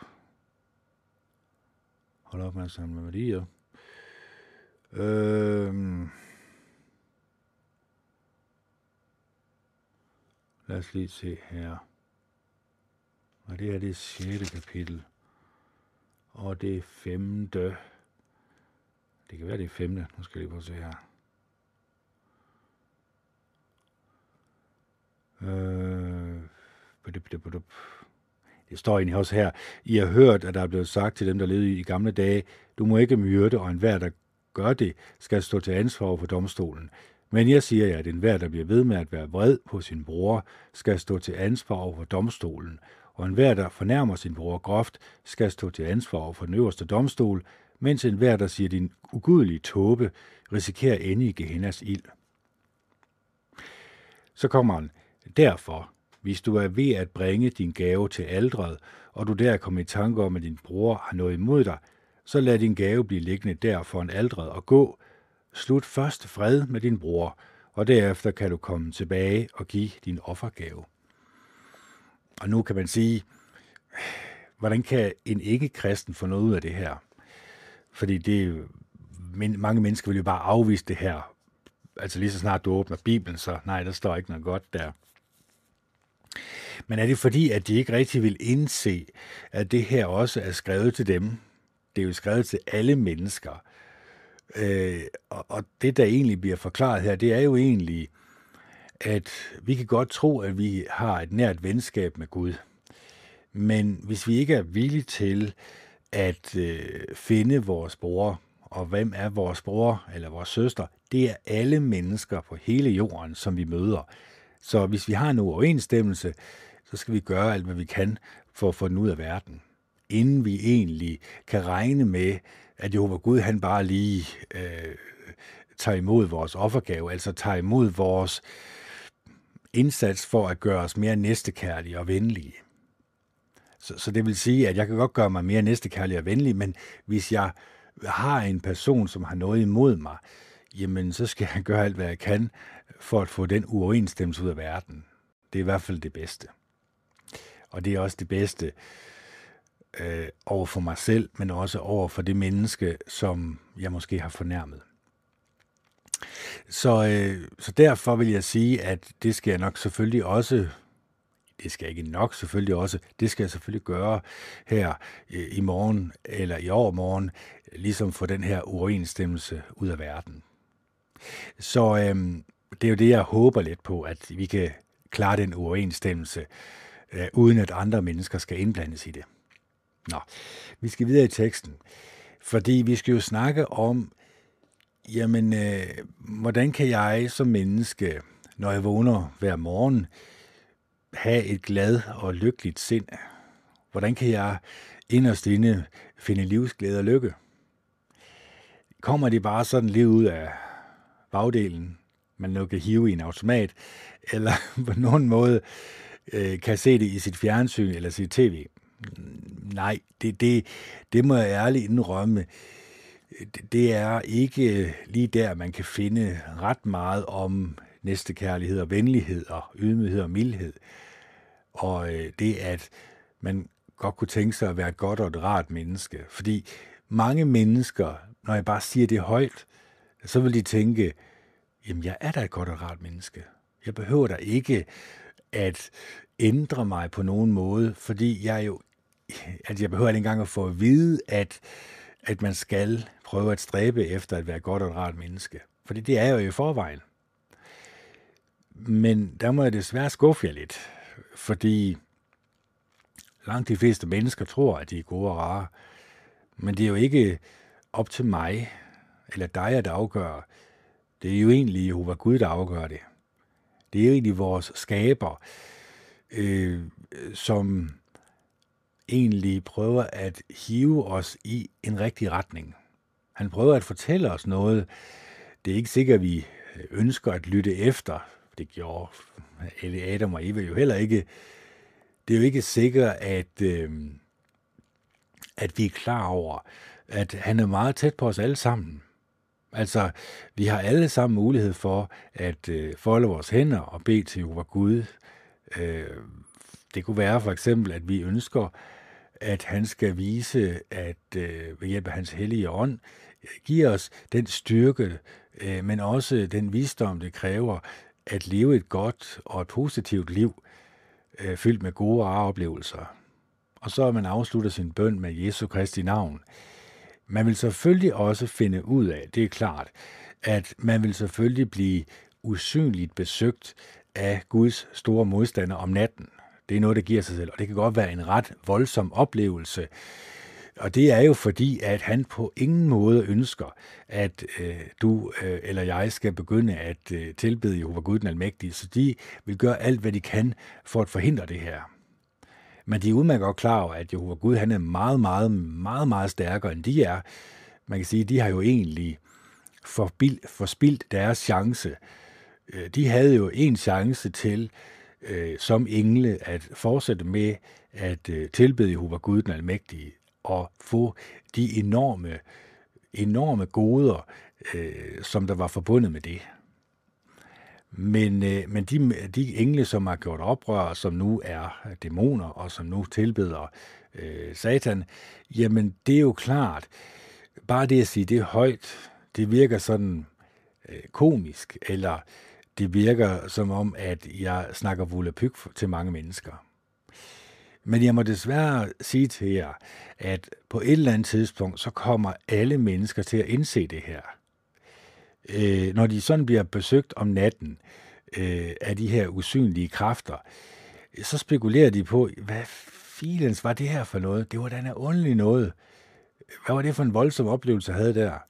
Hold op med at samle med værdier. Øh, lad os lige se her. Og det er det sjette kapitel. Og det femte. Det kan være det femte. Nu skal jeg lige prøve at se her. Øh, bup, bup, bup. Det står egentlig også her. I har hørt, at der er blevet sagt til dem, der levede i gamle dage, du må ikke myrde, og enhver, der gør det, skal stå til ansvar over for domstolen. Men jeg siger jer, at enhver, der bliver ved med at være vred på sin bror, skal stå til ansvar over for domstolen. Og enhver, der fornærmer sin bror groft, skal stå til ansvar over for den øverste domstol, mens enhver, der siger din ugudelige tåbe, risikerer at ende i Gehennas ild. Så kommer han. Derfor, hvis du er ved at bringe din gave til alteret, og du der kommer i tanke om, at din bror har noget imod dig, så lad din gave blive liggende der foran alteret og gå. Slut først fred med din bror, og derefter kan du komme tilbage og give din offergave. Og nu kan man sige, hvordan kan en ikke-kristen få noget ud af det her? Fordi det, mange mennesker vil jo bare afvise det her. Altså lige så snart du åbner Bibelen, så nej, der står ikke noget godt der. Men er det fordi, at de ikke rigtig vil indse, at det her også er skrevet til dem? Det er jo skrevet til alle mennesker. Øh, og, og det, der egentlig bliver forklaret her, det er jo egentlig, at vi kan godt tro, at vi har et nært venskab med Gud. Men hvis vi ikke er villige til at øh, finde vores bror, og hvem er vores bror eller vores søster, det er alle mennesker på hele jorden, som vi møder. Så hvis vi har en uoverensstemmelse, så skal vi gøre alt, hvad vi kan for at få den ud af verden. Inden vi egentlig kan regne med, at Jehova Gud, han bare lige øh, tager imod vores offergave, altså tager imod vores indsats for at gøre os mere næstekærlige og venlige. Så, så det vil sige, at jeg kan godt gøre mig mere næstekærlig og venlig, men hvis jeg har en person, som har noget imod mig, jamen så skal jeg gøre alt, hvad jeg kan, for at få den uoverensstemmelse ud af verden. Det er i hvert fald det bedste. Og det er også det bedste øh, over for mig selv, men også over for det menneske, som jeg måske har fornærmet. Så, øh, så derfor vil jeg sige, at det skal jeg nok selvfølgelig også, det skal jeg ikke nok selvfølgelig også, det skal jeg selvfølgelig gøre her øh, i morgen eller i overmorgen, ligesom få den her uoverensstemmelse ud af verden. Så øh, det er jo det, jeg håber lidt på, at vi kan klare den uoverensstemmelse, øh, uden at andre mennesker skal indblandes i det. Nå, vi skal videre i teksten, fordi vi skal jo snakke om, jamen, øh, hvordan kan jeg som menneske, når jeg vågner hver morgen, have et glad og lykkeligt sind? Hvordan kan jeg inderst inde finde livsglæde og lykke? Kommer de bare sådan lige ud af bagdelen, man nu kan hive i en automat, eller på nogen måde øh, kan se det i sit fjernsyn eller sit tv? Nej, det, det, det må jeg ærligt indrømme. Det er ikke lige der, man kan finde ret meget om næstekærlighed og venlighed og ydmyghed og mildhed. Og det, at man godt kunne tænke sig at være et godt og et rart menneske. Fordi mange mennesker, når jeg bare siger det højt, så vil de tænke, jamen jeg er da et godt og et rart menneske. Jeg behøver da ikke at ændre mig på nogen måde, fordi jeg jo, at jeg behøver ikke engang at få at vide, at at man skal prøve at stræbe efter at være et godt og et rart menneske. Fordi det er jo i forvejen. Men der må jeg desværre skuffe jer lidt, fordi langt de fleste mennesker tror, at de er gode og rare. Men det er jo ikke op til mig, eller dig, at afgøre. Det er jo egentlig Jehova Gud, der afgør det. Det er jo egentlig vores skaber, øh, som egentlig prøver at hive os i en rigtig retning. Han prøver at fortælle os noget. Det er ikke sikkert, at vi ønsker at lytte efter. Det gjorde Adam og Eva jo heller ikke. Det er jo ikke sikkert, at, øh, at vi er klar over, at han er meget tæt på os alle sammen. Altså, vi har alle sammen mulighed for at øh, folde vores hænder og bede til Jehova Gud. Øh, det kunne være for eksempel, at vi ønsker, at han skal vise, at øh, ved hjælp af hans hellige ånd, giver os den styrke, øh, men også den visdom, det kræver at leve et godt og et positivt liv, øh, fyldt med gode og rare oplevelser. Og så man afslutter sin bøn med Jesu Kristi navn. Man vil selvfølgelig også finde ud af, det er klart, at man vil selvfølgelig blive usynligt besøgt af Guds store modstander om natten. Det er noget, der giver sig selv, og det kan godt være en ret voldsom oplevelse. Og det er jo fordi, at han på ingen måde ønsker, at øh, du øh, eller jeg skal begynde at øh, tilbede Jehova Gud den Almægtige, så de vil gøre alt, hvad de kan for at forhindre det her. Men de er udmærket godt klar over, at Jehova Gud han er meget, meget, meget, meget stærkere, end de er. Man kan sige, at de har jo egentlig forspildt deres chance. De havde jo en chance til, øh, som engle, at fortsætte med at øh, tilbede Jehova Gud den Almægtige, og få de enorme, enorme goder, øh, som der var forbundet med det. Men, øh, men de, de engle, som har gjort oprør, som nu er dæmoner, og som nu tilbeder øh, Satan, jamen det er jo klart, bare det at sige det højt, det virker sådan øh, komisk, eller det virker som om, at jeg snakker volapyk til mange mennesker. Men jeg må desværre sige til jer, at på et eller andet tidspunkt, så kommer alle mennesker til at indse det her. Øh, når de sådan bliver besøgt om natten øh, af de her usynlige kræfter, så spekulerer de på, hvad filens var det her for noget? Det var da en underlig noget. Hvad var det for en voldsom oplevelse, jeg havde der?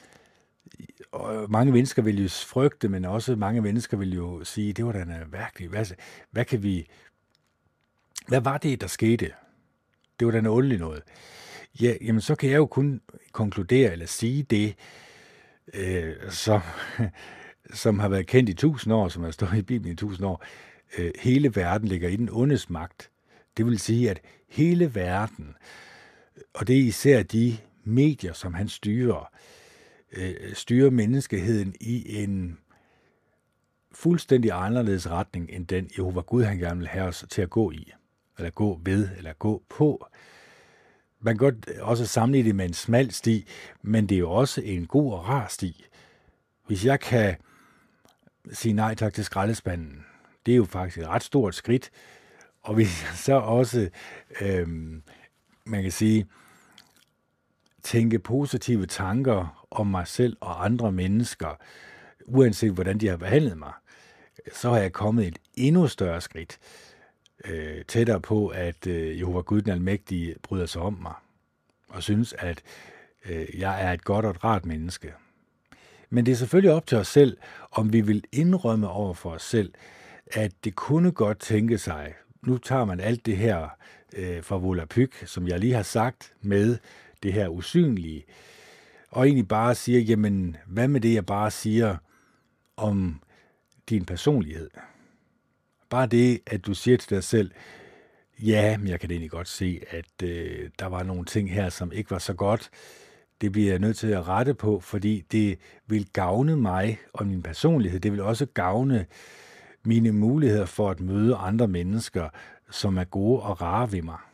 Og mange mennesker vil jo frygte, men også mange mennesker vil jo sige, det var da virkelig, hvad, hvad kan vi, hvad var det, der skete? Det var da en underlig noget. Ja, jamen så kan jeg jo kun konkludere eller sige det, øh, som, som har været kendt i tusind år, som har stået i Bibelen i tusind år. Øh, hele verden ligger i den ondes magt. Det vil sige, at hele verden, og det er især de medier, som han styrer, øh, styrer menneskeheden i en fuldstændig anderledes retning, end den Jehova Gud, han gerne vil have os til at gå i, eller gå ved, eller gå på. Man kan godt også sammenligne det med en smal sti, men det er jo også en god og rar sti. Hvis jeg kan sige nej tak til skraldespanden, det er jo faktisk et ret stort skridt, og hvis jeg så også, øh, man kan sige, tænke positive tanker om mig selv og andre mennesker, uanset hvordan de har behandlet mig, så har jeg kommet et endnu større skridt øh, tættere på, at øh, Jehova Gud den Almægtige bryder sig om mig, og synes, at øh, jeg er et godt og et rart menneske. Men det er selvfølgelig op til os selv, om vi vil indrømme over for os selv, at det kunne godt tænke sig, nu tager man alt det her øh, fra Volapyk, som jeg lige har sagt, med det her usynlige, og egentlig bare siger, jamen, hvad med det, jeg bare siger om din personlighed? Bare det, at du siger til dig selv, ja, men jeg kan egentlig godt se, at øh, der var nogle ting her, som ikke var så godt. Det bliver jeg nødt til at rette på, fordi det vil gavne mig og min personlighed. Det vil også gavne mine muligheder for at møde andre mennesker, som er gode og rare ved mig.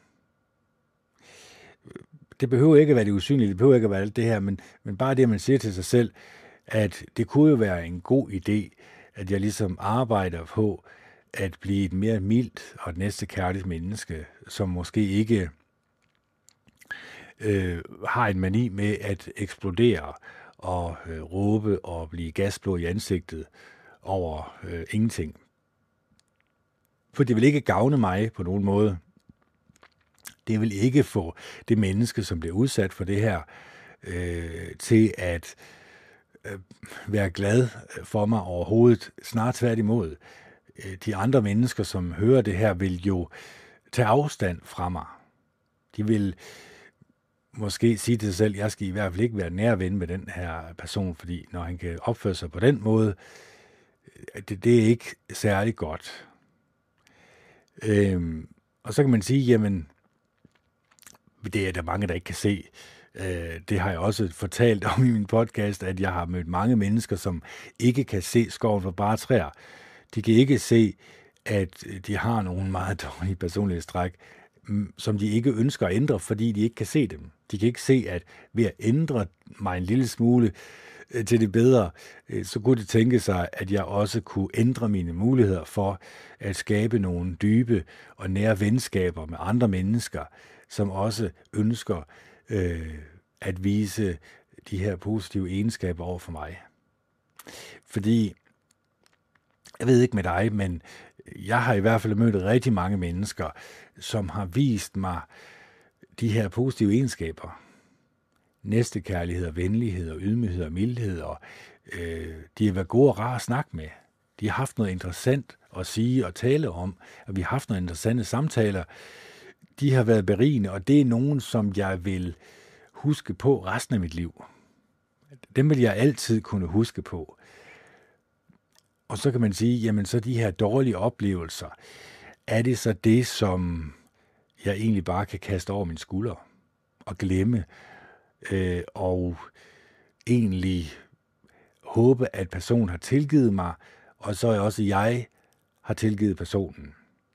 Det behøver ikke at være det usynlige, det behøver ikke at være alt det her, men, men bare det, at man siger til sig selv, at det kunne jo være en god idé, at jeg ligesom arbejder på at blive et mere mildt og et næstekærligt menneske, som måske ikke øh, har en mani med at eksplodere og øh, råbe og blive gasblå i ansigtet over øh, ingenting. For det vil ikke gavne mig på nogen måde. Det vil ikke få det menneske, som bliver udsat for det her, øh, til at øh, være glad for mig overhovedet. Snart tværtimod. De andre mennesker, som hører det her, vil jo tage afstand fra mig. De vil måske sige til sig selv, jeg skal i hvert fald ikke være nær ven med den her person, fordi når han kan opføre sig på den måde, det, det er ikke særlig godt. Øhm, og så kan man sige, jamen, det er der mange, der ikke kan se. Øh, det har jeg også fortalt om i min podcast, at jeg har mødt mange mennesker, som ikke kan se skoven for bare træer. De kan ikke se, at de har nogle meget dårlige personlighedstræk, som de ikke ønsker at ændre, fordi de ikke kan se dem. De kan ikke se, at ved at ændre mig en lille smule til det bedre, så kunne de tænke sig, at jeg også kunne ændre mine muligheder for at skabe nogle dybe og nære venskaber med andre mennesker, som også ønsker øh, at vise de her positive egenskaber over for mig. Fordi jeg ved ikke med dig, men jeg har i hvert fald mødt rigtig mange mennesker, som har vist mig de her positive egenskaber. Næstekærlighed og venlighed og ydmyghed og mildhed. Og, øh, de har været gode og rare at snakke med. De har haft noget interessant at sige og tale om, og vi har haft nogle interessante samtaler. De har været berigende, og det er nogen, som jeg vil huske på resten af mit liv. Dem vil jeg altid kunne huske på. Og så kan man sige, jamen så de her dårlige oplevelser, er det så det, som jeg egentlig bare kan kaste over min skulder og glemme, øh, og egentlig håbe, at personen har tilgivet mig, og så er også jeg har tilgivet personen.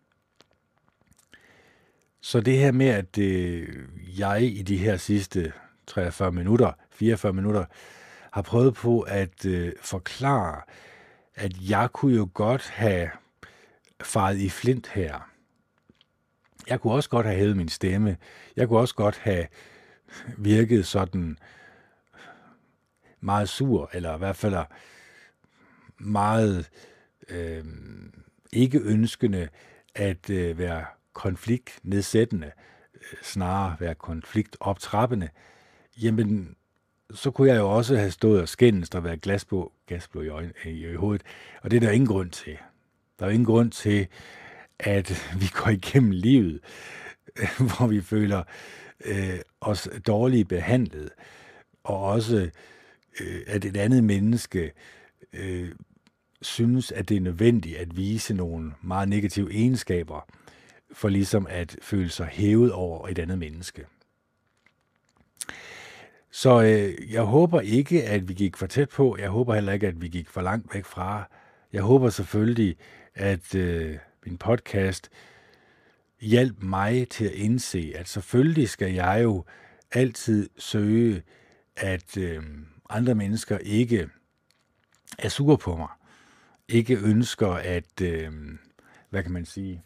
Så det her med, at øh, jeg i de her sidste treogfyrre minutter, fireogfyrre minutter, har prøvet på at øh, forklare, at jeg kunne jo godt have faret i flint her. Jeg kunne også godt have hævet min stemme. Jeg kunne også godt have virket sådan meget sur, eller i hvert fald meget øh, ikke ønskende at øh, være konfliktnedsættende, snarere være konfliktoptrappende. Jamen, så kunne jeg jo også have stået og skændes og været glasblå, gasblå i, øjne, i hovedet. Og det er der ingen grund til. Der er ingen grund til, at vi går igennem livet, hvor vi føler øh, os dårligt behandlet, og også, øh, at et andet menneske øh, synes, at det er nødvendigt at vise nogle meget negative egenskaber, for ligesom at føle sig hævet over et andet menneske. Så øh, jeg håber ikke, at vi gik for tæt på. Jeg håber heller ikke, at vi gik for langt væk fra. Jeg håber selvfølgelig, at øh, min podcast hjalp mig til at indse, at selvfølgelig skal jeg jo altid søge, at øh, andre mennesker ikke er sure på mig. Ikke ønsker at, øh, hvad kan man sige,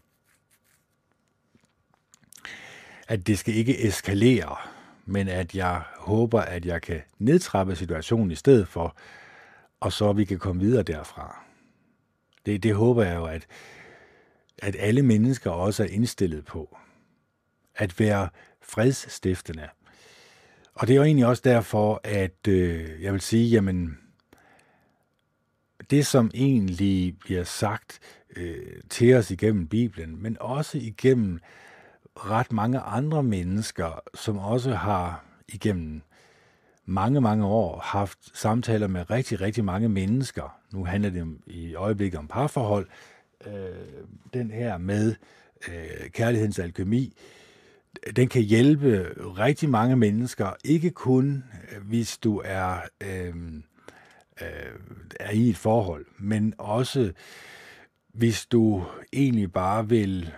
at det skal ikke eskalere, men at jeg håber, at jeg kan nedtrappe situationen i stedet for, og så vi kan komme videre derfra. Det, det håber jeg jo, at, at alle mennesker også er indstillet på. At være fredsstiftende. Og det er jo egentlig også derfor, at øh, jeg vil sige, jamen, det som egentlig bliver sagt øh, til os igennem Bibelen, men også igennem ret mange andre mennesker, som også har igennem mange, mange år haft samtaler med rigtig, rigtig mange mennesker. Nu handler det i øjeblikket om parforhold. Øh, den her med øh, kærlighedens alkemi, den kan hjælpe rigtig mange mennesker, ikke kun hvis du er, øh, øh, er i et forhold, men også hvis du egentlig bare vil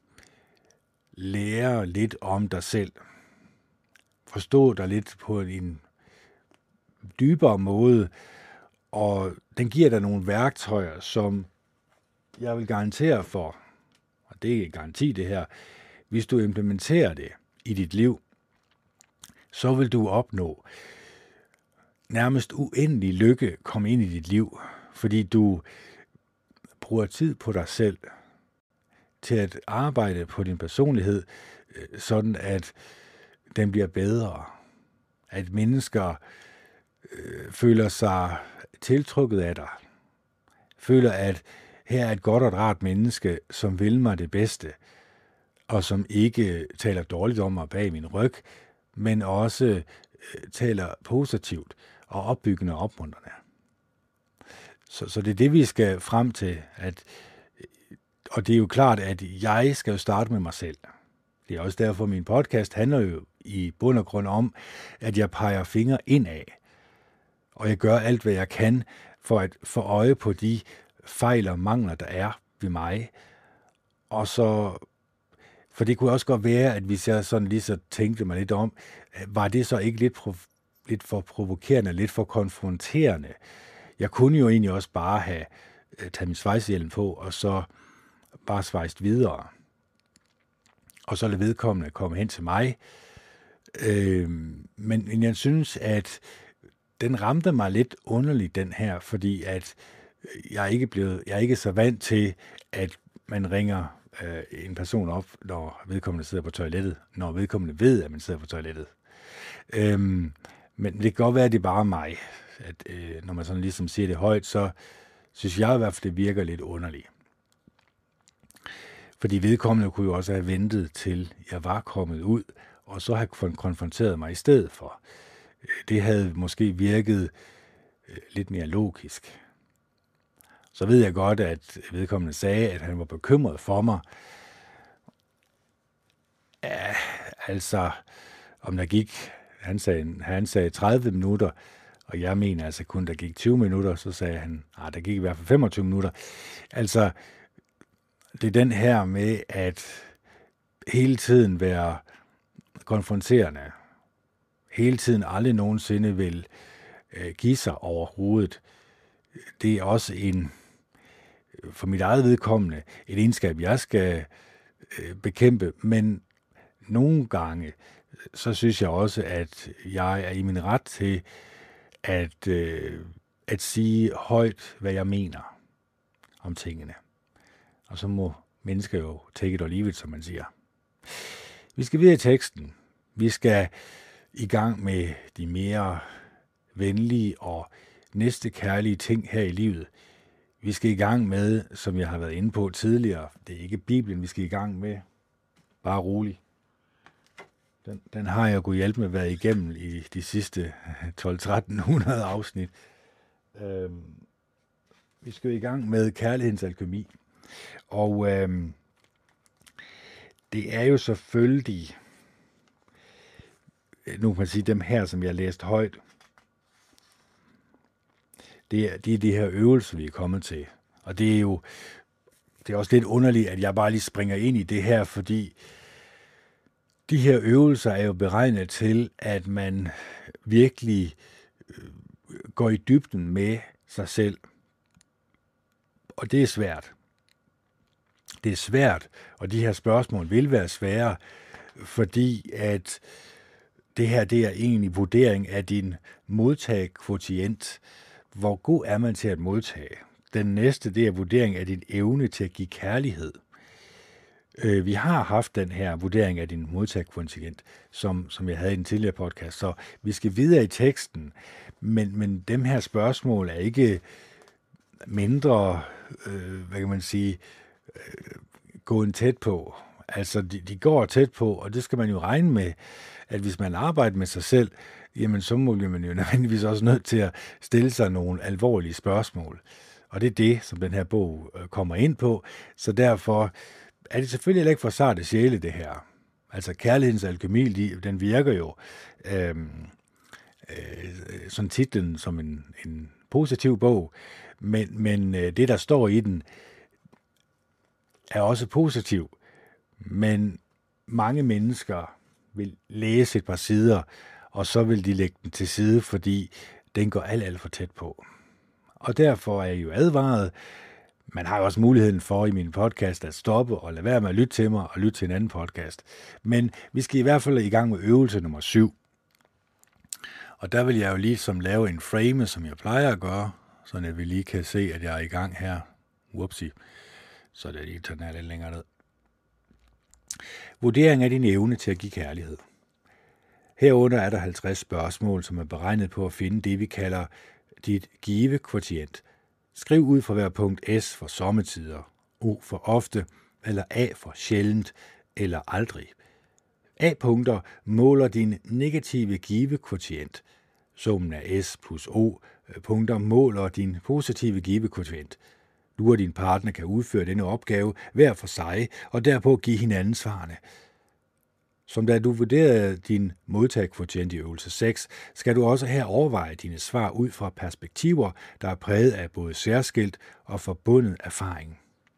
lære lidt om dig selv. Forstå dig lidt på en dybere måde, og den giver dig nogle værktøjer, som jeg vil garantere for, og det er en garanti det her, hvis du implementerer det i dit liv, så vil du opnå nærmest uendelig lykke komme ind i dit liv, fordi du bruger tid på dig selv, til at arbejde på din personlighed, sådan at den bliver bedre. At mennesker øh, føler sig tiltrukket af dig. Føler, at her er et godt og et rart menneske, som vil mig det bedste, og som ikke taler dårligt om mig bag min ryg, men også øh, taler positivt og opbyggende og opmuntrende. Så, så det er det, vi skal frem til, at og det er jo klart, at jeg skal jo starte med mig selv. Det er også derfor, min podcast handler jo i bund og grund om, at jeg peger fingre indad. Og jeg gør alt, hvad jeg kan for at få øje på de fejl og mangler, der er ved mig. Og så, for det kunne også godt være, at hvis jeg sådan lige så tænkte mig lidt om, var det så ikke lidt, prov- lidt for provokerende, lidt for konfronterende? Jeg kunne jo egentlig også bare have taget min svejsehjelm på, og så bare svejst videre. Og så lade vedkommende komme hen til mig. Øh, men jeg synes, at den ramte mig lidt underligt, den her, fordi at jeg er ikke blevet, jeg er ikke så vant til, at man ringer øh, en person op, når vedkommende sidder på toilettet, når vedkommende ved, at man sidder på toilettet. Øh, men det kan godt være, at det er bare mig, at øh, når man sådan ligesom siger det højt, så synes jeg i hvert fald, det virker lidt underligt. Fordi vedkommende kunne jo også have ventet til, jeg var kommet ud, og så have konfronteret mig i stedet for. Det havde måske virket lidt mere logisk. Så ved jeg godt, at vedkommende sagde, at han var bekymret for mig. Ja, altså, om der gik, han sagde, han sagde tredive minutter, og jeg mener altså kun, der gik tyve minutter, så sagde han, nej, der gik i hvert fald femogtyve minutter. Altså, det er den her med at hele tiden være konfronterende, hele tiden aldrig nogensinde vil øh, give sig overhovedet. Det er også en, for mit eget vedkommende, et egenskab, jeg skal øh, bekæmpe, men nogle gange, så synes jeg også, at jeg er i min ret til at, øh, at sige højt, hvad jeg mener om tingene. Og så må mennesker jo take it or leave it, som man siger. Vi skal videre i teksten. Vi skal i gang med de mere venlige og næste kærlige ting her i livet. Vi skal i gang med, som jeg har været inde på tidligere, det er ikke Bibelen, vi skal i gang med. Bare rolig. Den, den har jeg kunnet hjælpe med at være igennem i de sidste tolv tretten hundrede afsnit. Øhm, vi skal i gang med kærlighedens alkemi. Og øhm, det er jo selvfølgelig, nu kan man sige, dem her, som jeg læste højt, det er, det er de her øvelser, vi er kommet til. Og det er jo det er også lidt underligt, at jeg bare lige springer ind i det her, fordi de her øvelser er jo beregnet til, at man virkelig går i dybden med sig selv. Og det er svært. Det er svært, og de her spørgsmål vil være svære, fordi at det her, det er egentlig vurdering af din modtagekvotient. Hvor god er man til at modtage? Den næste, det er vurdering af din evne til at give kærlighed. Vi har haft den her vurdering af din modtagekvotient, som, som jeg havde i en tidligere podcast, så vi skal videre i teksten, men, men dem her spørgsmål er ikke mindre, øh, hvad kan man sige, øh, gående tæt på. Altså, de, de går tæt på, og det skal man jo regne med, at hvis man arbejder med sig selv, jamen så må man jo nødvendigvis også nødt til at stille sig nogle alvorlige spørgsmål. Og det er det, som den her bog kommer ind på. Så derfor er det selvfølgelig heller ikke for sarte sjæle, det her. Altså kærlighedens alkemi, den virker jo øh, øh, sådan titlen som en, en positiv bog, men, men øh, det, der står i den, er også positiv. Men mange mennesker vil læse et par sider, og så vil de lægge den til side, fordi den går alt, alt for tæt på. Og derfor er jeg jo advaret. Man har jo også muligheden for i min podcast at stoppe og lade være med at lytte til mig og lytte til en anden podcast. Men vi skal i hvert fald i gang med øvelse nummer syv. Og der vil jeg jo ligesom lave en frame, som jeg plejer at gøre, så at vi lige kan se, at jeg er i gang her. Whoopsie. Så det er lige tager den her lidt længere ned. Vurdering af din evne til at give kærlighed. Herunder er der halvtreds spørgsmål, som er beregnet på at finde det, vi kalder dit give-kvotient. Skriv ud for hver punkt S for sommetider, O for ofte, eller A for sjældent, eller aldrig. A-punkter måler din negative give-kvotient. Summen af S plus O-punkter måler din positive give-kvotient. Du og din partner kan udføre denne opgave hver for sig, og derpå give hinanden svarene. Som da du vurderede din modtagekvotient i øvelse seks, skal du også her overveje dine svar ud fra perspektiver, der er præget af både særskilt og forbundet erfaring.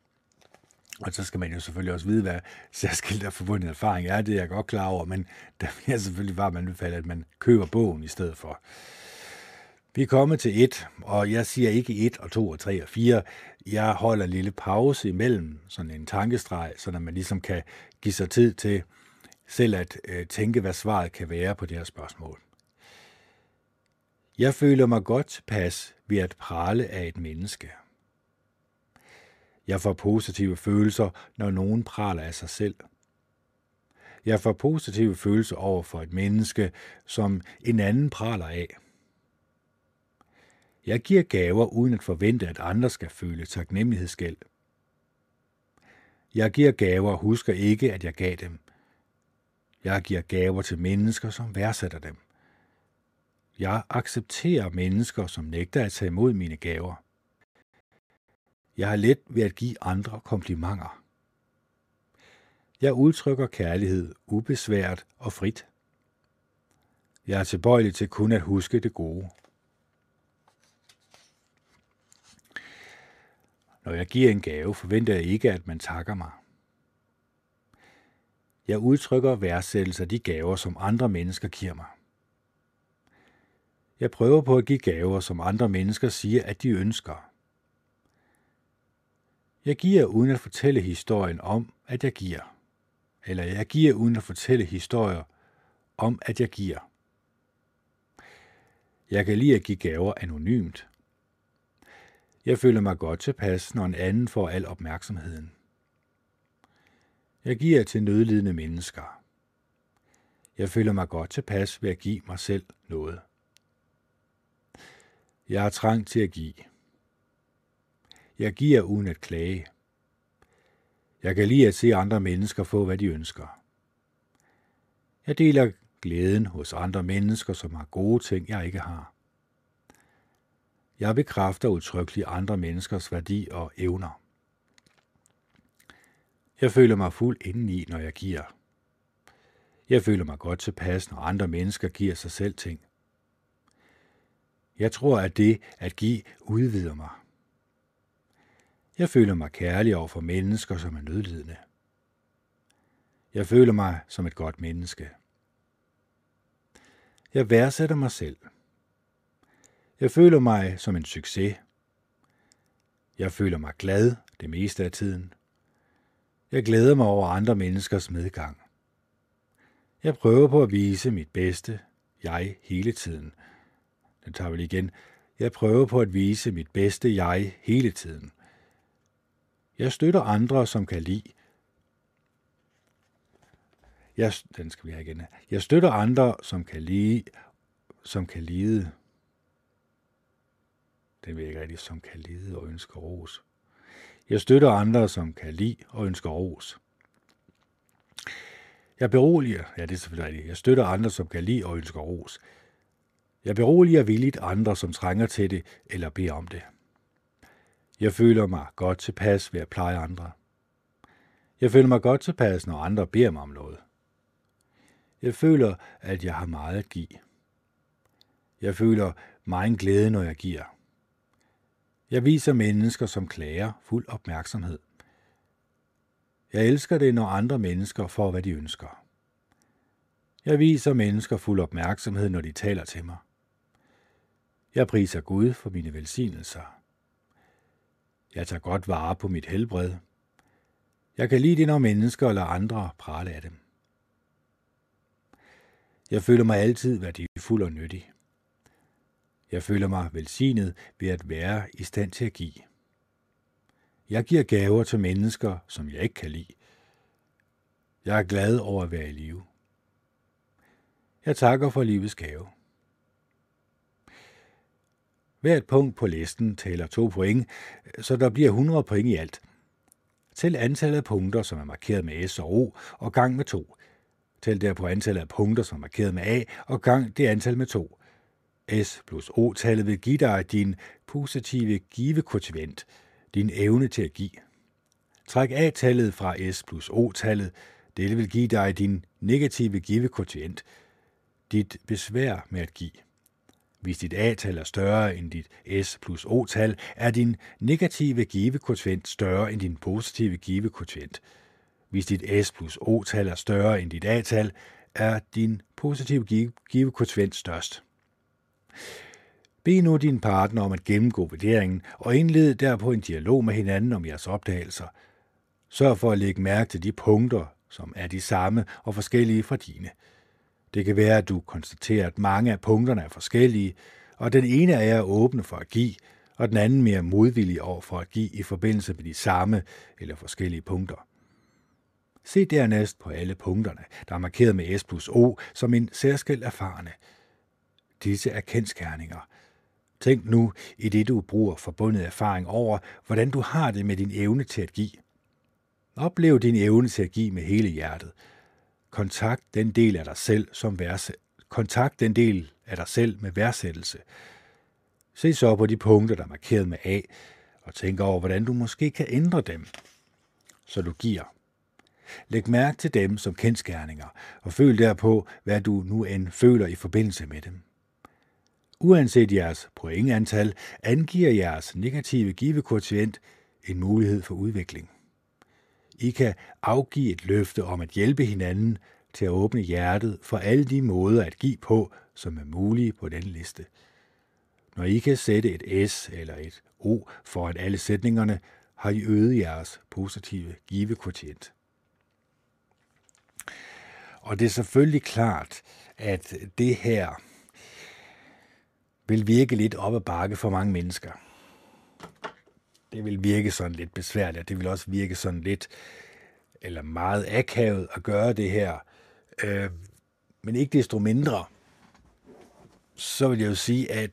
Og så skal man jo selvfølgelig også vide, hvad særskilt og forbundet erfaring er. Det er jeg godt klar over, men der vil jeg selvfølgelig bare anbefale, at man køber bogen i stedet for. Vi er kommet til et, og jeg siger ikke et og to og tre og fire. Jeg holder en lille pause imellem, sådan en tankestreg, så man ligesom kan give sig tid til selv at øh, tænke, hvad svaret kan være på det her spørgsmål. Jeg føler mig godt tilpas ved at prale af et menneske. Jeg får positive følelser, når nogen praler af sig selv. Jeg får positive følelser over for et menneske, som en anden praler af. Jeg giver gaver uden at forvente, at andre skal føle taknemmelighedsgæld. Jeg giver gaver og husker ikke, at jeg gav dem. Jeg giver gaver til mennesker, som værdsætter dem. Jeg accepterer mennesker, som nægter at tage imod mine gaver. Jeg har let ved at give andre komplimenter. Jeg udtrykker kærlighed ubesværet og frit. Jeg er tilbøjelig til kun at huske det gode. Når jeg giver en gave, forventer jeg ikke, at man takker mig. Jeg udtrykker værdsættelse af de gaver, som andre mennesker giver mig. Jeg prøver på at give gaver, som andre mennesker siger, at de ønsker. Jeg giver uden at fortælle historien om, at jeg giver. Eller jeg giver uden at fortælle historier om, at jeg giver. Jeg kan lide at give gaver anonymt. Jeg føler mig godt tilpas, når en anden får al opmærksomheden. Jeg giver til nødlidende mennesker. Jeg føler mig godt tilpas ved at give mig selv noget. Jeg har trang til at give. Jeg giver uden at klage. Jeg kan lide at se andre mennesker få, hvad de ønsker. Jeg deler glæden hos andre mennesker, som har gode ting, jeg ikke har. Jeg bekræfter udtrykkeligt andre menneskers værdi og evner. Jeg føler mig fuld indeni, når jeg giver. Jeg føler mig godt tilpas, når andre mennesker giver sig selv ting. Jeg tror, at det at give udvider mig. Jeg føler mig kærlig over for mennesker, som er nødlidende. Jeg føler mig som et godt menneske. Jeg værdsætter mig selv. Jeg føler mig som en succes. Jeg føler mig glad det meste af tiden. Jeg glæder mig over andre menneskers medgang. Jeg prøver på at vise mit bedste jeg hele tiden. Den tager vi lige igen. Jeg prøver på at vise mit bedste jeg hele tiden. Jeg støtter andre, som kan lide. Jeg, den skal vi have igen. Jeg støtter andre, som kan lide, som kan lide. Den vil jeg ikke rigtig, som kan lide og ønsker ros. Jeg støtter andre, som kan lide og ønsker ros. Jeg beroliger, ja det er selvfølgelig rigtigt. Jeg støtter andre, som kan lide og ønsker ros. Jeg beroliger villigt andre, som trænger til det eller beder om det. Jeg føler mig godt tilpas ved at pleje andre. Jeg føler mig godt tilpas, når andre beder mig om noget. Jeg føler, at jeg har meget at give. Jeg føler meget glæde, når jeg giver. Jeg viser mennesker, som klager, fuld opmærksomhed. Jeg elsker det, når andre mennesker får, hvad de ønsker. Jeg viser mennesker fuld opmærksomhed, når de taler til mig. Jeg priser Gud for mine velsignelser. Jeg tager godt vare på mit helbred. Jeg kan lide det, når mennesker eller andre prale af dem. Jeg føler mig altid værdifuld og nyttig. Jeg føler mig velsignet ved at være i stand til at give. Jeg giver gaver til mennesker, som jeg ikke kan lide. Jeg er glad over at være i live. Jeg takker for livets gave. Hvert punkt på listen tæller to point, så der bliver hundrede point i alt. Tæl antallet af punkter, som er markeret med S og O, og gang med to. Tæl derpå antallet af punkter, som er markeret med A, og gang det antal med to. S plus O-tallet vil give dig din positive givekvotient, din evne til at give. Træk A-tallet fra S plus O-tallet, det vil give dig din negative givekvotient, dit besvær med at give. Hvis dit A-tal er større end dit S plus O-tal, er din negative givekvotient større end din positive givekvotient. Hvis dit S plus O-tal er større end dit A-tal, er din positive givekvotient størst. Bed nu din partner om at gennemgå vurderingen og indled derpå en dialog med hinanden om jeres opdagelser. Sørg for at lægge mærke til de punkter, som er de samme og forskellige fra dine. Det kan være, at du konstaterer, at mange af punkterne er forskellige, og den ene af jer er åbne for at give, og den anden mere modvillig over for at give i forbindelse med de samme eller forskellige punkter. Se dernæst på alle punkterne, der er markeret med S plus O som en særskilt erfarne. Disse er kendsgerninger. Tænk nu i det, du bruger forbundet erfaring over, hvordan du har det med din evne til at give. Oplev din evne til at give med hele hjertet. Kontakt den del af dig selv som værse. Kontakt den del af dig selv med værdsættelse. Se så på de punkter, der er markeret med A, og tænk over, hvordan du måske kan ændre dem, så du giver. Læg mærke til dem som kendsgerninger, og føl derpå, hvad du nu end føler i forbindelse med dem. Uanset jeres pointantal, angiver jeres negative givekvotient en mulighed for udvikling. I kan afgive et løfte om at hjælpe hinanden til at åbne hjertet for alle de måder at give på, som er mulige på den liste. Når I kan sætte et S eller et O foran alle sætningerne, har I øget jeres positive givekvotient. Og det er selvfølgelig klart, at det her vil virke lidt op ad bakke for mange mennesker. Det vil virke sådan lidt besværligt, og det vil også virke sådan lidt, eller meget akavet at gøre det her. Øh, men ikke desto mindre, så vil jeg jo sige, at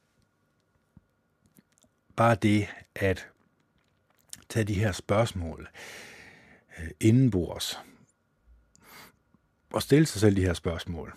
bare det at tage de her spørgsmål øh, indenbords, og stille sig selv de her spørgsmål,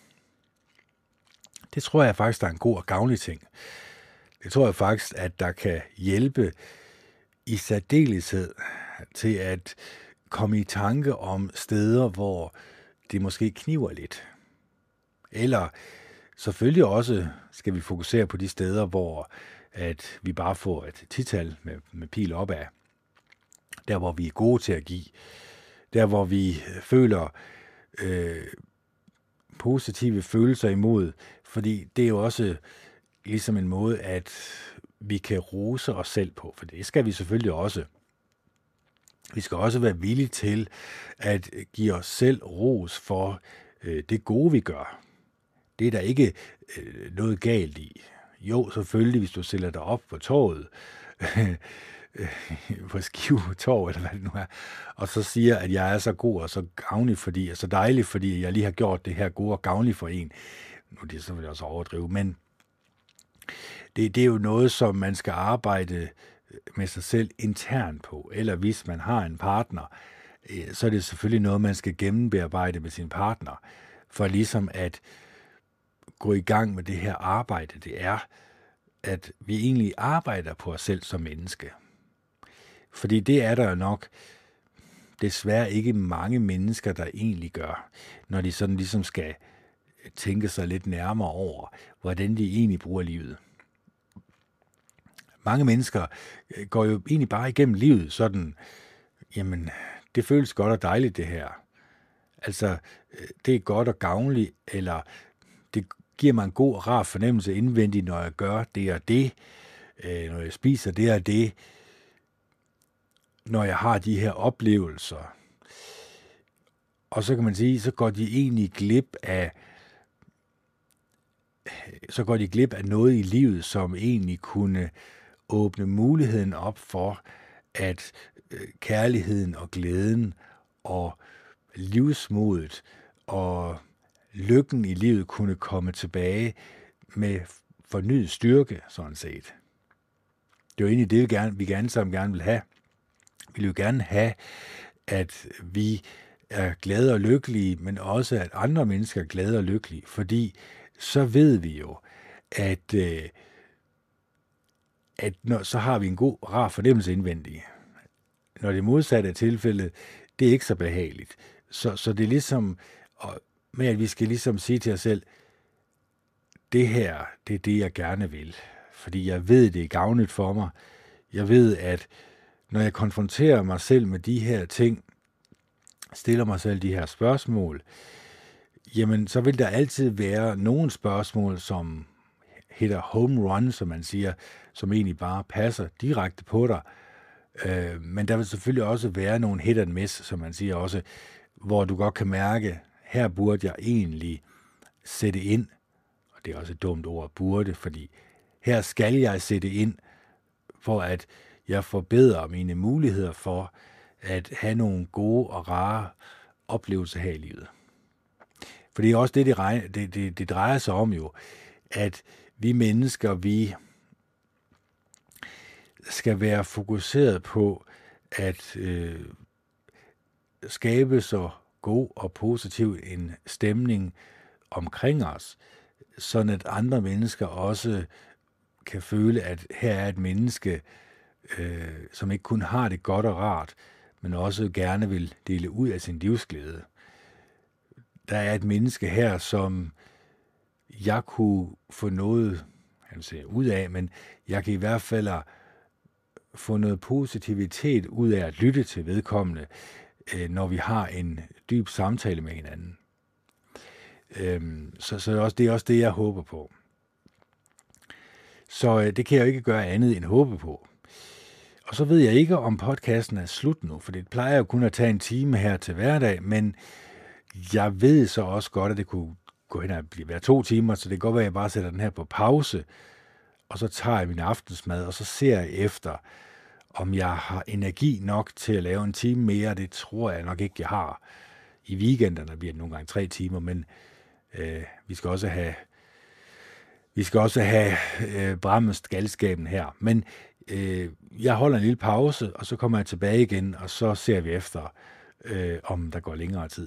det tror jeg faktisk, der er en god og gavnlig ting. Det tror jeg faktisk, at der kan hjælpe i særdeleshed til at komme i tanke om steder, hvor det måske kniver lidt. Eller selvfølgelig også skal vi fokusere på de steder, hvor at vi bare får et tital med, med pil opad. Der, hvor vi er gode til at give. Der, hvor vi føler øh, positive følelser imod. Fordi det er jo også ligesom en måde, at vi kan rose os selv på. For det skal vi selvfølgelig også. Vi skal også være villige til at give os selv ros for øh, det gode, vi gør. Det er der ikke øh, noget galt i. Jo, selvfølgelig, hvis du stiller dig op på torvet, på Skive Torv, eller hvad det nu er, og så siger, at jeg er så god og så gavnlig, fordi, og så dejlig, fordi jeg lige har gjort det her gode og gavnlig for en. Nu er det så vil jeg også overdrive, men det, det er jo noget, som man skal arbejde med sig selv internt på, eller hvis man har en partner, så er det selvfølgelig noget, man skal gennembearbejde med sin partner, for ligesom at gå i gang med det her arbejde, det er, at vi egentlig arbejder på os selv som menneske. Fordi det er der jo nok desværre ikke mange mennesker, der egentlig gør, når de sådan ligesom skal tænke sig lidt nærmere over, hvordan de egentlig bruger livet. Mange mennesker går jo egentlig bare igennem livet sådan, jamen, det føles godt og dejligt det her. Altså, det er godt og gavnligt, eller det giver mig en god og rar fornemmelse indvendigt, når jeg gør det og det, når jeg spiser det og det, når jeg har de her oplevelser. Og så kan man sige, så går de egentlig glip af, så går de glip af noget i livet, som egentlig kunne åbne muligheden op for, at kærligheden og glæden og livsmodet og lykken i livet kunne komme tilbage med fornyet styrke, sådan set. Det er jo egentlig det, vi gerne, vi gerne sammen gerne vil have. Vi vil jo gerne have, at vi er glade og lykkelige, men også at andre mennesker er glade og lykkelige, fordi så ved vi jo, at, øh, at når, så har vi en god, rar fornemmelse indvendig. Når det modsatte er tilfældet, det er ikke så behageligt. Så, så det er ligesom med, at vi skal ligesom sige til os selv, det her, det er det, jeg gerne vil. Fordi jeg ved, det er gavnligt for mig. Jeg ved, at når jeg konfronterer mig selv med de her ting, stiller mig selv de her spørgsmål, jamen så vil der altid være nogle spørgsmål, som hedder home run, som man siger, som egentlig bare passer direkte på dig. Øh, men der vil selvfølgelig også være nogle hit and miss, som man siger også, hvor du godt kan mærke, her burde jeg egentlig sætte ind, og det er også et dumt ord, burde, fordi her skal jeg sætte ind, for at jeg forbedrer mine muligheder for at have nogle gode og rare oplevelser her i livet. For det er også det, det, regner, det, det, det drejer sig om jo, at vi mennesker, vi skal være fokuseret på at øh, skabe så god og positiv en stemning omkring os, sådan at andre mennesker også kan føle, at her er et menneske, øh, som ikke kun har det godt og rart, men også gerne vil dele ud af sin livsglæde. Der er et menneske her, som jeg kunne få noget han siger, ud af, men jeg kan i hvert fald få noget positivitet ud af at lytte til vedkommende, øh, når vi har en dyb samtale med hinanden. Øhm, så så også, det er også det, jeg håber på. Så øh, det kan jeg jo ikke gøre andet end håbe på. Og så ved jeg ikke, om podcasten er slut nu, for det plejer jo kun at tage en time her til hverdag, men jeg ved så også godt, at det kunne gå hen og blive være to timer, så det kan godt være, at jeg bare sætter den her på pause, og så tager jeg min aftensmad, og så ser jeg efter, om jeg har energi nok til at lave en time mere. Det tror jeg nok ikke, jeg har. I weekenderne bliver det nogle gange tre timer, men øh, vi skal også have vi skal også have øh, brammest galskaben her. Men øh, jeg holder en lille pause, og så kommer jeg tilbage igen, og så ser vi efter, øh, om der går længere tid.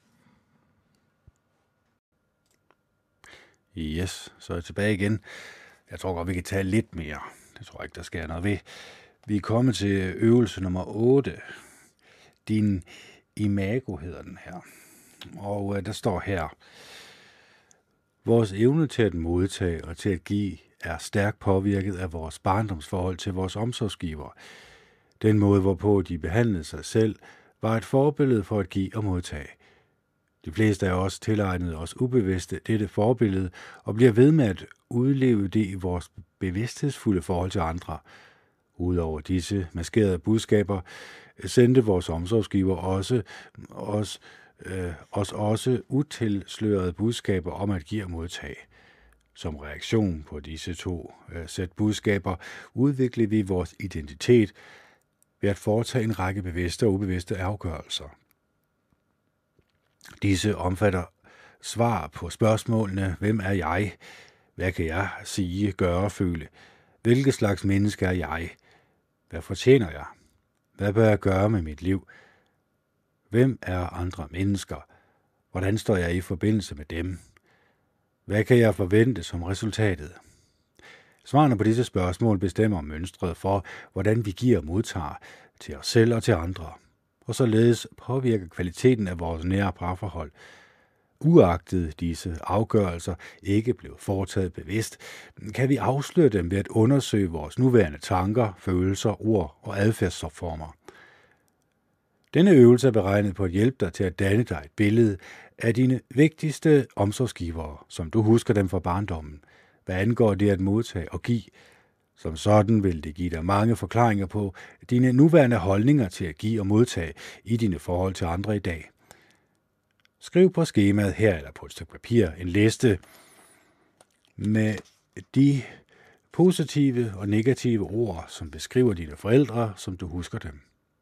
Yes, så er jeg tilbage igen. Jeg tror godt, vi kan tage lidt mere. Det tror jeg ikke, der sker noget ved. Vi er kommet til øvelse nummer otte. din imago hedder den her. Og øh, der står her: vores evne til at modtage og til at give er stærkt påvirket af vores barndomsforhold til vores omsorgsgiver. Den måde, hvorpå de behandlede sig selv, var et forbillede for at give og modtage. De fleste af os tilegnede os ubevidste dette forbillede og bliver ved med at udleve det i vores bevidsthedsfulde forhold til andre. Udover disse maskerede budskaber sendte vores omsorgsgiver også os, øh, os også utilslørede budskaber om at give og modtage. Som reaktion på disse to øh, sæt budskaber udviklede vi vores identitet ved at foretage en række bevidste og ubevidste afgørelser. Disse omfatter svar på spørgsmålene: hvem er jeg? Hvad kan jeg sige, gøre og føle? Hvilke slags menneske er jeg? Hvad fortjener jeg? Hvad bør jeg gøre med mit liv? Hvem er andre mennesker? Hvordan står jeg i forbindelse med dem? Hvad kan jeg forvente som resultatet? Svarene på disse spørgsmål bestemmer mønstret for, hvordan vi giver og modtager til os selv og til andre, og således påvirker kvaliteten af vores nære parforhold. Uagtet disse afgørelser ikke blev foretaget bevidst, kan vi afsløre dem ved at undersøge vores nuværende tanker, følelser, ord og adfærdsformer. Denne øvelse er beregnet på at hjælpe dig til at danne dig et billede af dine vigtigste omsorgsgivere, som du husker dem fra barndommen. Hvad angår det at modtage og give, som sådan vil det give dig mange forklaringer på dine nuværende holdninger til at give og modtage i dine forhold til andre i dag. Skriv på skemaet her eller på et stykke papir en liste med de positive og negative ord, som beskriver dine forældre, som du husker dem.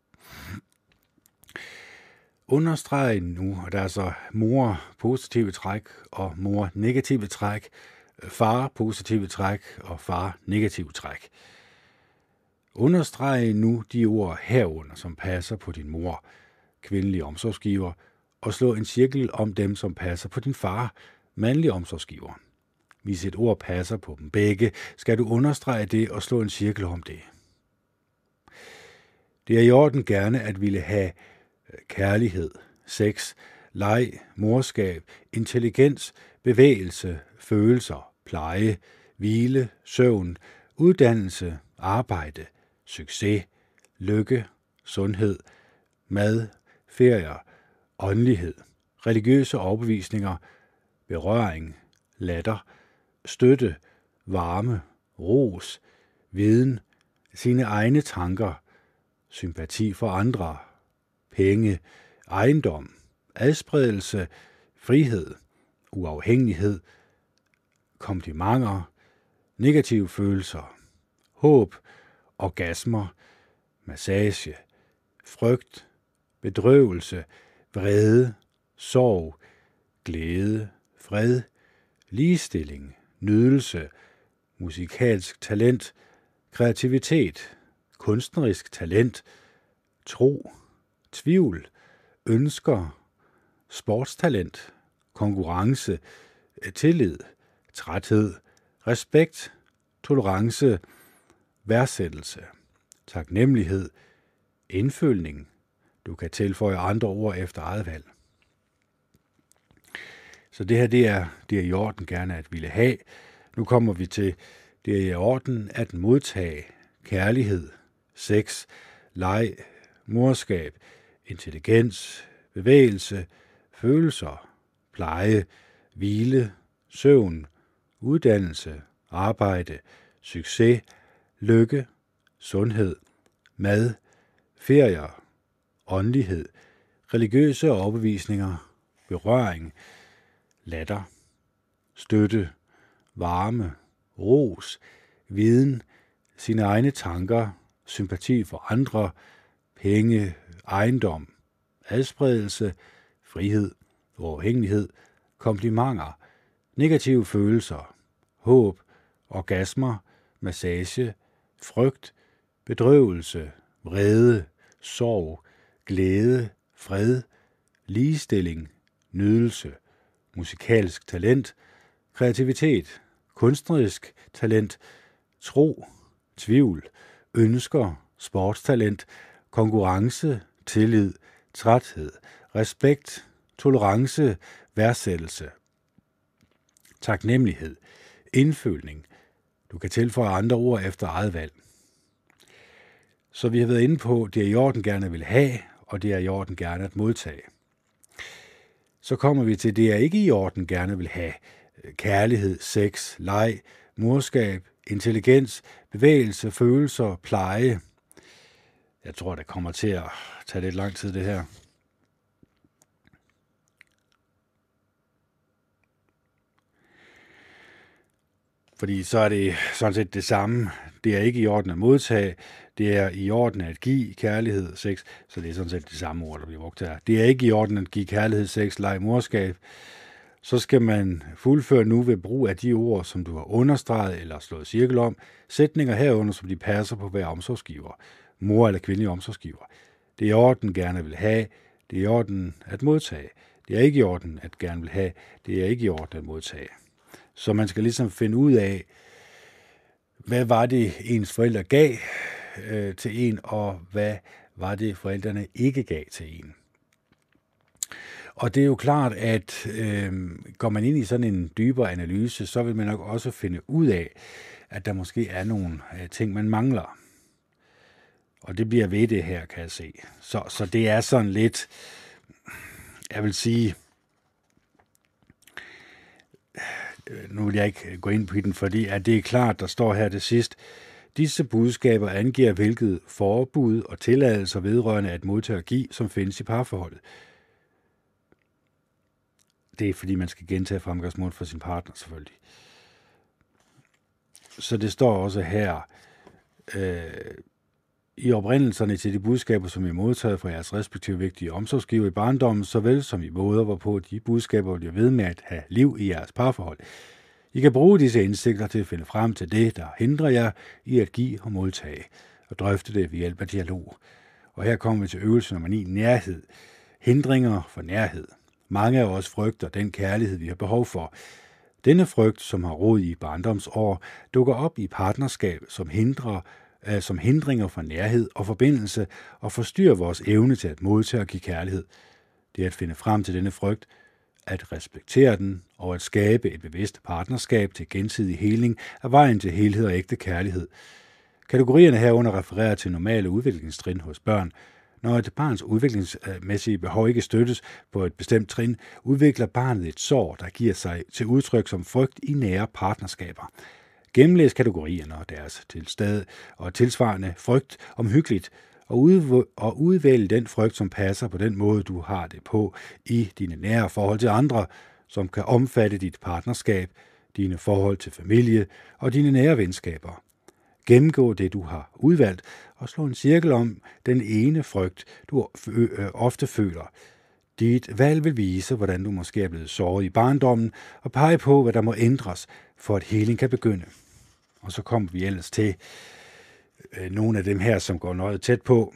Understreg nu, og der er så mor positive træk og mor negative træk, far positive træk og far negative træk. Understreg nu de ord herunder, som passer på din mor, kvindelig omsorgsgiver, og slå en cirkel om dem, som passer på din far, mandlig omsorgsgiver. Hvis et ord passer på dem begge, skal du understrege det og slå en cirkel om det. Det er i orden gerne at ville have kærlighed, sex, leg, morskab, intelligens, bevægelse, følelser, pleje, hvile, søvn, uddannelse, arbejde, succes, lykke, sundhed, mad, ferier, åndelighed, religiøse overbevisninger, berøring, latter, støtte, varme, ros, viden, sine egne tanker, sympati for andre, penge, ejendom, adspredelse, frihed, uafhængighed, komplimenter, negative følelser, håb, orgasmer, massage, frygt, bedrøvelse, vrede, sorg, glæde, fred, ligestilling, nydelse, musikalsk talent, kreativitet, kunstnerisk talent, tro, tvivl, ønsker, sportstalent, konkurrence, tillid, træthed, respekt, tolerance, værdsættelse, taknemmelighed, indføling. Du kan tilføje andre ord efter eget valg. Så det her, det er, det er i orden gerne at ville have. Nu kommer vi til, det er i orden at modtage kærlighed, sex, leg, morskab, intelligens, bevægelse, følelser, pleje, hvile, søvn, uddannelse, arbejde, succes, lykke, sundhed, mad, ferier, åndelighed, religiøse overbevisninger, berøring, latter, støtte, varme, ros, viden, sine egne tanker, sympati for andre, penge, ejendom, adspredelse, frihed, uafhængighed, komplimenter, negative følelser, håb, orgasmer, massage, frygt, bedrøvelse, vrede, sorg, glæde, fred, ligestilling, nydelse, musikalsk talent, kreativitet, kunstnerisk talent, tro, tvivl, ønsker, sportstalent, konkurrence, tillid, træthed, respekt, tolerance, værdsættelse, taknemmelighed, indføling. Du kan tilføje andre ord efter eget valg. Så vi har været inde på, det er i orden gerne vil have, og det er i orden gerne at modtage. Så kommer vi til, det er ikke i orden gerne vil have. Kærlighed, sex, leg, morskab, intelligens, bevægelse, følelser, pleje. Jeg tror, det kommer til at tage lidt lang tid, det her. Fordi så er det sådan set det samme. Det er ikke i orden at modtage, det er i orden at give kærlighed, sex, så det er sådan set det samme ord, der bliver brugt her. Det er ikke i orden at give kærlighed, sex, leg, morskab. Så skal man fuldføre nu ved brug af de ord, som du har understreget eller slået cirkel om, sætninger herunder, som de passer på hver omsorgsgiver, mor eller kvindelig omsorgsgiver. Det er i orden gerne vil have, det er i orden at modtage. Det er ikke i orden at gerne vil have, det er ikke i orden at modtage. Så man skal ligesom finde ud af, hvad var det ens forældre gav øh, til en, og hvad var det forældrene ikke gav til en. Og det er jo klart, at øh, går man ind i sådan en dybere analyse, så vil man nok også finde ud af, at der måske er nogle øh, ting, man mangler. Og det bliver ved det her, kan jeg se. Så, så det er sådan lidt, jeg vil sige, nu vil jeg ikke gå ind på den, fordi at det er klart, der står her til sidst, disse budskaber angiver, hvilket forbud og tilladelser vedrørende at modtage og give, som findes i parforholdet. Det er, fordi man skal gentage fremgangsmåden for sin partner, selvfølgelig. Så det står også her, øh, i oprindelserne til de budskaber, som I har modtaget fra jeres respektive vigtige omsorgsgiver i barndommen, såvel som i måder, hvorpå de budskaber bliver ved med at have liv i jeres parforhold. I kan bruge disse indsigter til at finde frem til det, der hindrer jer i at give og modtage, og drøfte det ved hjælp af dialog. Og her kommer vi til øvelse nummer ni, nærhed. Hindringer for nærhed. Mange af os frygter den kærlighed, vi har behov for. Denne frygt, som har rod i barndomsår, dukker op i partnerskab, som hindrer som hindringer for nærhed og forbindelse og forstyrrer vores evne til at modtage og give kærlighed. Det er at finde frem til denne frygt, at respektere den og at skabe et bevidst partnerskab til gensidig heling er vejen til helhed og ægte kærlighed. Kategorierne herunder refererer til normale udviklingstrin hos børn. Når et barns udviklingsmæssige behov ikke støttes på et bestemt trin, udvikler barnet et sår, der giver sig til udtryk som frygt i nære partnerskaber. Gennemlæs kategorierne og deres tilstad og tilsvarende frygt omhyggeligt, og, udv- og udvælg den frygt, som passer på den måde, du har det på i dine nære forhold til andre, som kan omfatte dit partnerskab, dine forhold til familie og dine nære venskaber. Gennemgå det, du har udvalgt, og slå en cirkel om den ene frygt, du ofte føler. Dit valg vil vise, hvordan du måske er blevet såret i barndommen, og pege på, hvad der må ændres, for at heling kan begynde. Og så kommer vi ellers til øh, nogle af dem her, som går noget tæt på.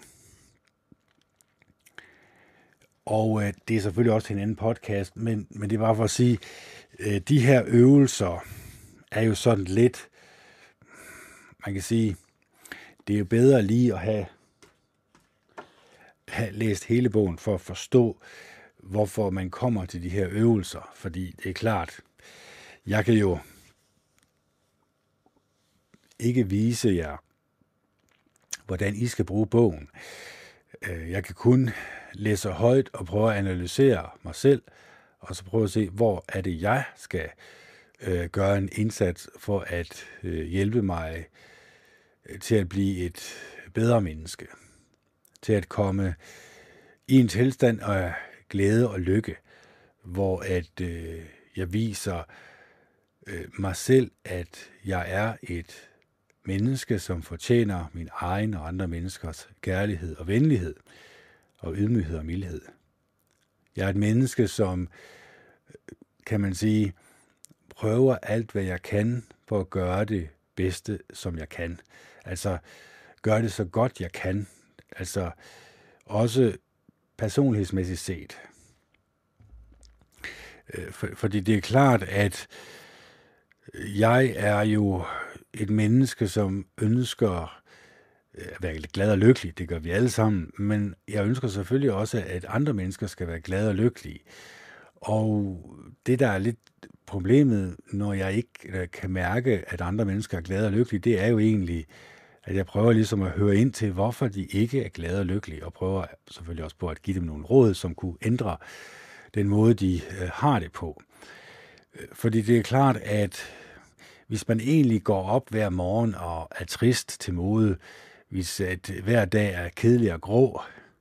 Og øh, det er selvfølgelig også en anden podcast, men, men det er bare for at sige, øh, de her øvelser er jo sådan lidt, man kan sige, det er jo bedre lige at have, have læst hele bogen for at forstå, hvorfor man kommer til de her øvelser. Fordi det er klart, jeg kan jo ikke vise jer, hvordan I skal bruge bogen. Jeg kan kun læse højt og prøve at analysere mig selv, og så prøve at se, hvor er det, jeg skal øh, gøre en indsats for at øh, hjælpe mig til at blive et bedre menneske. Til at komme i en tilstand af glæde og lykke, hvor at øh, jeg viser øh, mig selv, at jeg er et menneske, som fortjener min egen og andre menneskers kærlighed og venlighed, og ydmyghed og mildhed. Jeg er et menneske, som, kan man sige, prøver alt, hvad jeg kan, for at gøre det bedste, som jeg kan. Altså, gøre det så godt, jeg kan. Altså, også personlighedsmæssigt set. For, fordi det er klart, at jeg er jo et menneske, som ønsker at være glad og lykkelig, det gør vi alle sammen, men jeg ønsker selvfølgelig også, at andre mennesker skal være glade og lykkelige. Og det, der er lidt problemet, når jeg ikke kan mærke, at andre mennesker er glade og lykkelige, det er jo egentlig, at jeg prøver ligesom at høre ind til, hvorfor de ikke er glade og lykkelige, og prøver selvfølgelig også på at give dem nogle råd, som kunne ændre den måde, de har det på. Fordi det er klart, at hvis man egentlig går op hver morgen og er trist til mode, hvis at hver dag er kedelig og grå,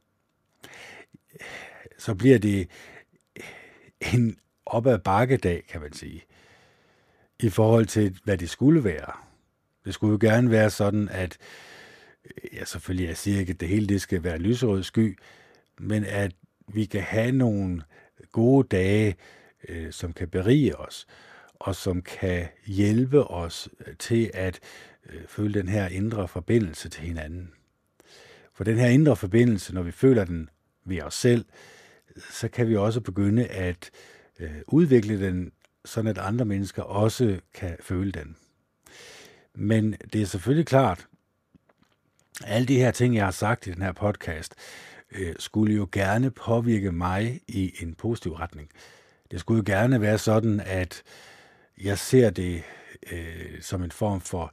så bliver det en op ad bakkedag, kan man sige, i forhold til, hvad det skulle være. Det skulle jo gerne være sådan, at, ja, selvfølgelig, jeg siger ikke, at det hele det skal være lyserød sky, men at vi kan have nogle gode dage, øh, som kan berige os, og som kan hjælpe os til at øh, føle den her indre forbindelse til hinanden. For den her indre forbindelse, når vi føler den ved os selv, så kan vi også begynde at øh, udvikle den, sådan at andre mennesker også kan føle den. Men det er selvfølgelig klart, at alle de her ting, jeg har sagt i den her podcast, øh, skulle jo gerne påvirke mig i en positiv retning. Det skulle jo gerne være sådan, at jeg ser det øh, som en form for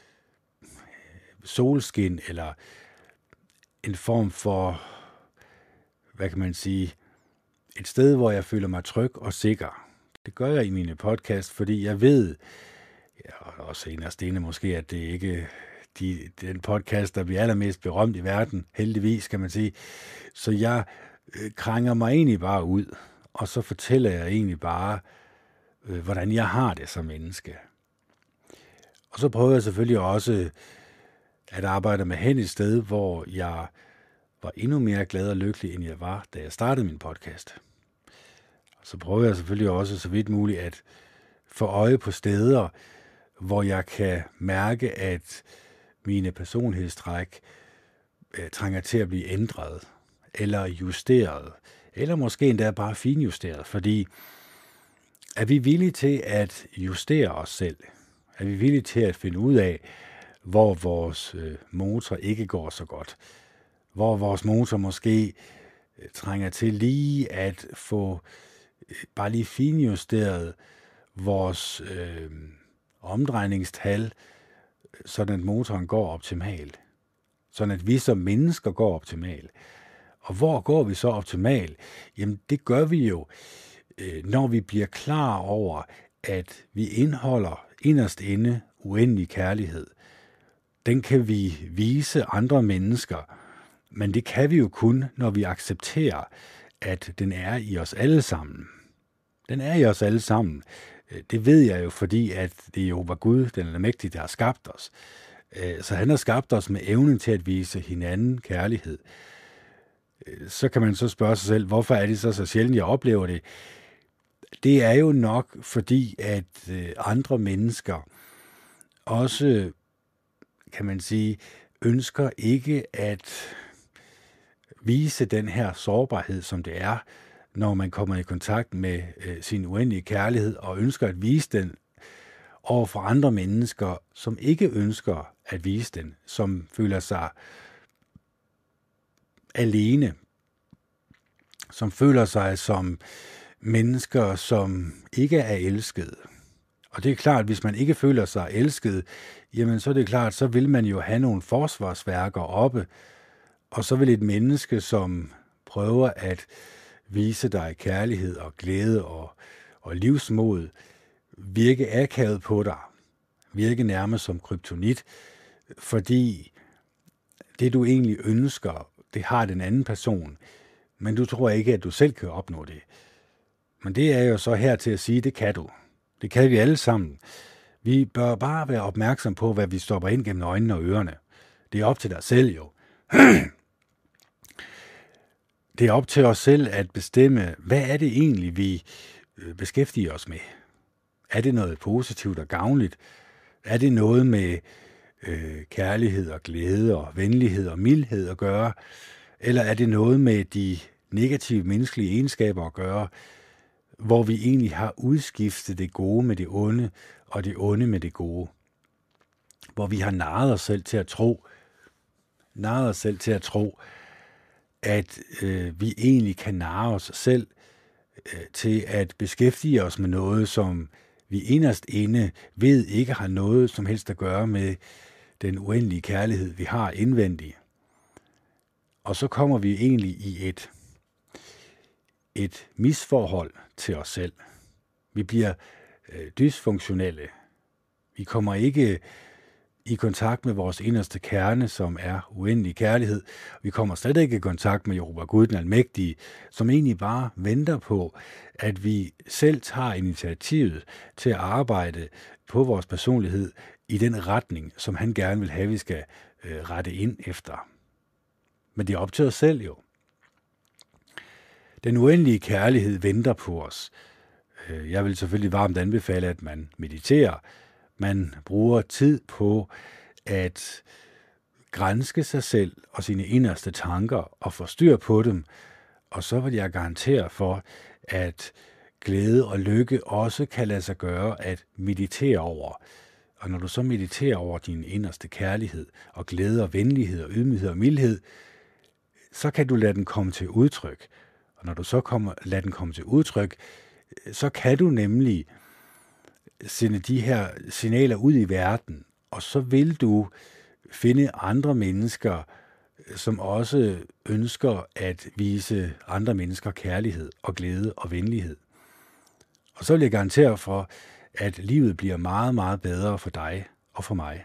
solskin, eller en form for, hvad kan man sige, et sted, hvor jeg føler mig tryg og sikker. Det gør jeg i mine podcast, fordi jeg ved, ja, og også en af stene måske, at det ikke de, den podcast, der bliver allermest berømt i verden, heldigvis kan man sige. Så jeg øh, krænger mig egentlig bare ud, og så fortæller jeg egentlig bare, øh, hvordan jeg har det som menneske. Og så prøver jeg selvfølgelig også at arbejde med hen et sted, hvor jeg var endnu mere glad og lykkelig, end jeg var, da jeg startede min podcast. Og så prøver jeg selvfølgelig også så vidt muligt at få øje på steder, hvor jeg kan mærke, at mine personlighedstræk øh, trænger til at blive ændret, eller justeret, eller måske endda bare finjusteret, fordi er vi villige til at justere os selv? Er vi villige til at finde ud af, hvor vores øh, motor ikke går så godt? Hvor vores motor måske øh, trænger til lige at få øh, bare lige finjusteret vores øh, omdrejningstal, sådan at motoren går optimalt. Sådan at vi som mennesker går optimalt. Og hvor går vi så optimalt? Jamen det gør vi jo, øh, når vi bliver klar over, at vi indeholder inderst inde uendelig kærlighed. Den kan vi vise andre mennesker, men det kan vi jo kun, når vi accepterer, at den er i os alle sammen. Den er i os alle sammen. Det ved jeg jo, fordi at det jo var Gud, den almægtige, der har skabt os. Så han har skabt os med evnen til at vise hinanden kærlighed. Så kan man så spørge sig selv, hvorfor er det så så sjældent, jeg oplever det? Det er jo nok fordi, at andre mennesker også, kan man sige, ønsker ikke at vise den her sårbarhed, som det er, når man kommer i kontakt med øh, sin uendelige kærlighed, og ønsker at vise den over for andre mennesker, som ikke ønsker at vise den, som føler sig alene, som føler sig som mennesker, som ikke er elskede. Og det er klart, at hvis man ikke føler sig elsket, jamen så er det klart, så vil man jo have nogle forsvarsværker oppe, og så vil et menneske, som prøver at vise dig kærlighed og glæde og, og livsmod, virke akavet på dig, virke nærmest som kryptonit, fordi det du egentlig ønsker, det har den anden person, men du tror ikke, at du selv kan opnå det. Men det er jo så her til at sige, det kan du. Det kan vi alle sammen. Vi bør bare være opmærksom på, hvad vi stopper ind gennem øjnene og ørerne. Det er op til dig selv jo. Det er op til os selv at bestemme, hvad er det egentlig, vi beskæftiger os med. Er det noget positivt og gavnligt? Er det noget med øh, kærlighed og glæde og venlighed og mildhed at gøre? Eller er det noget med de negative menneskelige egenskaber at gøre, hvor vi egentlig har udskiftet det gode med det onde, og det onde med det gode? Hvor vi har narret os selv til at tro, narret os selv til at tro, at øh, vi egentlig kan narre os selv øh, til at beskæftige os med noget, som vi inderst inde ved ikke har noget som helst at gøre med den uendelige kærlighed, vi har indvendigt. Og så kommer vi egentlig i et, et misforhold til os selv. Vi bliver øh, dysfunktionelle. Vi kommer ikke i kontakt med vores inderste kerne, som er uendelig kærlighed. Vi kommer slet ikke i kontakt med Jehova Gud, den almægtige, som egentlig bare venter på, at vi selv tager initiativet til at arbejde på vores personlighed i den retning, som han gerne vil have, vi skal øh, rette ind efter. Men det er op til os selv jo. Den uendelige kærlighed venter på os. Jeg vil selvfølgelig varmt anbefale, at man mediterer. Man bruger tid på at granske sig selv og sine inderste tanker og få styr på dem. Og så vil jeg garantere for, at glæde og lykke også kan lade sig gøre at meditere over. Og når du så mediterer over din inderste kærlighed og glæde og venlighed og ydmyghed og mildhed, så kan du lade den komme til udtryk. Og når du så kommer, lader den komme til udtryk, så kan du nemlig sende de her signaler ud i verden, og så vil du finde andre mennesker, som også ønsker at vise andre mennesker kærlighed og glæde og venlighed. Og så vil jeg garantere for, at livet bliver meget, meget bedre for dig og for mig.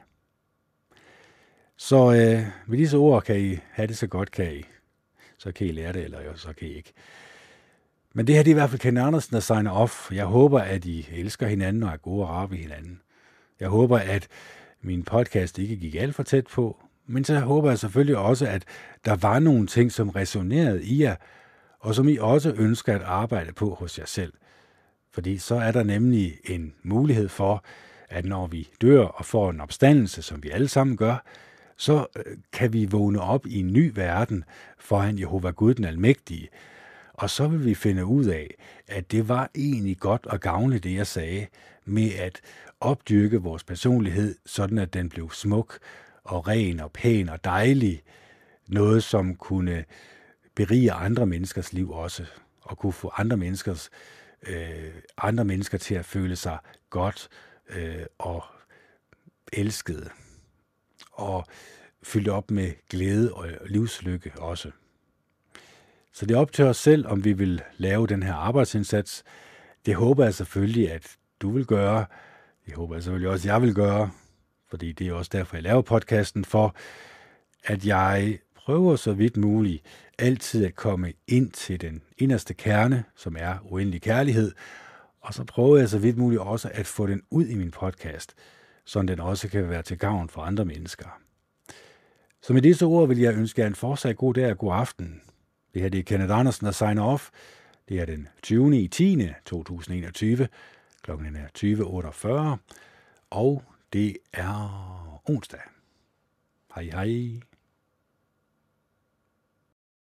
Så øh, med disse ord kan I have det så godt, kan I. Så kan I lære det, eller så kan I ikke. Men det her det er i hvert fald Ken Andersen, der signer off. Jeg håber, at I elsker hinanden og er gode og rare ved hinanden. Jeg håber, at min podcast ikke gik alt for tæt på. Men så håber jeg selvfølgelig også, at der var nogle ting, som resonerede i jer, og som I også ønsker at arbejde på hos jer selv. Fordi så er der nemlig en mulighed for, at når vi dør og får en opstandelse, som vi alle sammen gør, så kan vi vågne op i en ny verden foran Jehova Gud, den almægtige. Og så vil vi finde ud af, at det var egentlig godt og gavnligt, det jeg sagde, med at opdyrke vores personlighed, sådan at den blev smuk og ren og pæn og dejlig. Noget, som kunne berige andre menneskers liv også, og kunne få andre menneskers øh, andre mennesker til at føle sig godt øh, og elskede. Og fyldt op med glæde og livslykke også. Så det er op til os selv, om vi vil lave den her arbejdsindsats. Det håber jeg selvfølgelig, at du vil gøre. Det håber jeg selvfølgelig også, at jeg vil gøre. Fordi det er også derfor, jeg laver podcasten, for at jeg prøver så vidt muligt altid at komme ind til den inderste kerne, som er uendelig kærlighed. Og så prøver jeg så vidt muligt også at få den ud i min podcast, så den også kan være til gavn for andre mennesker. Så med disse ord vil jeg ønske jer en fortsat god dag og god aften. Det her det er Kenneth Andersen, der signer off. Det er den tyvende i tiende to tusind enogtyve. Klokken er tyve otteogfyrre. Og det er onsdag. Hej hej.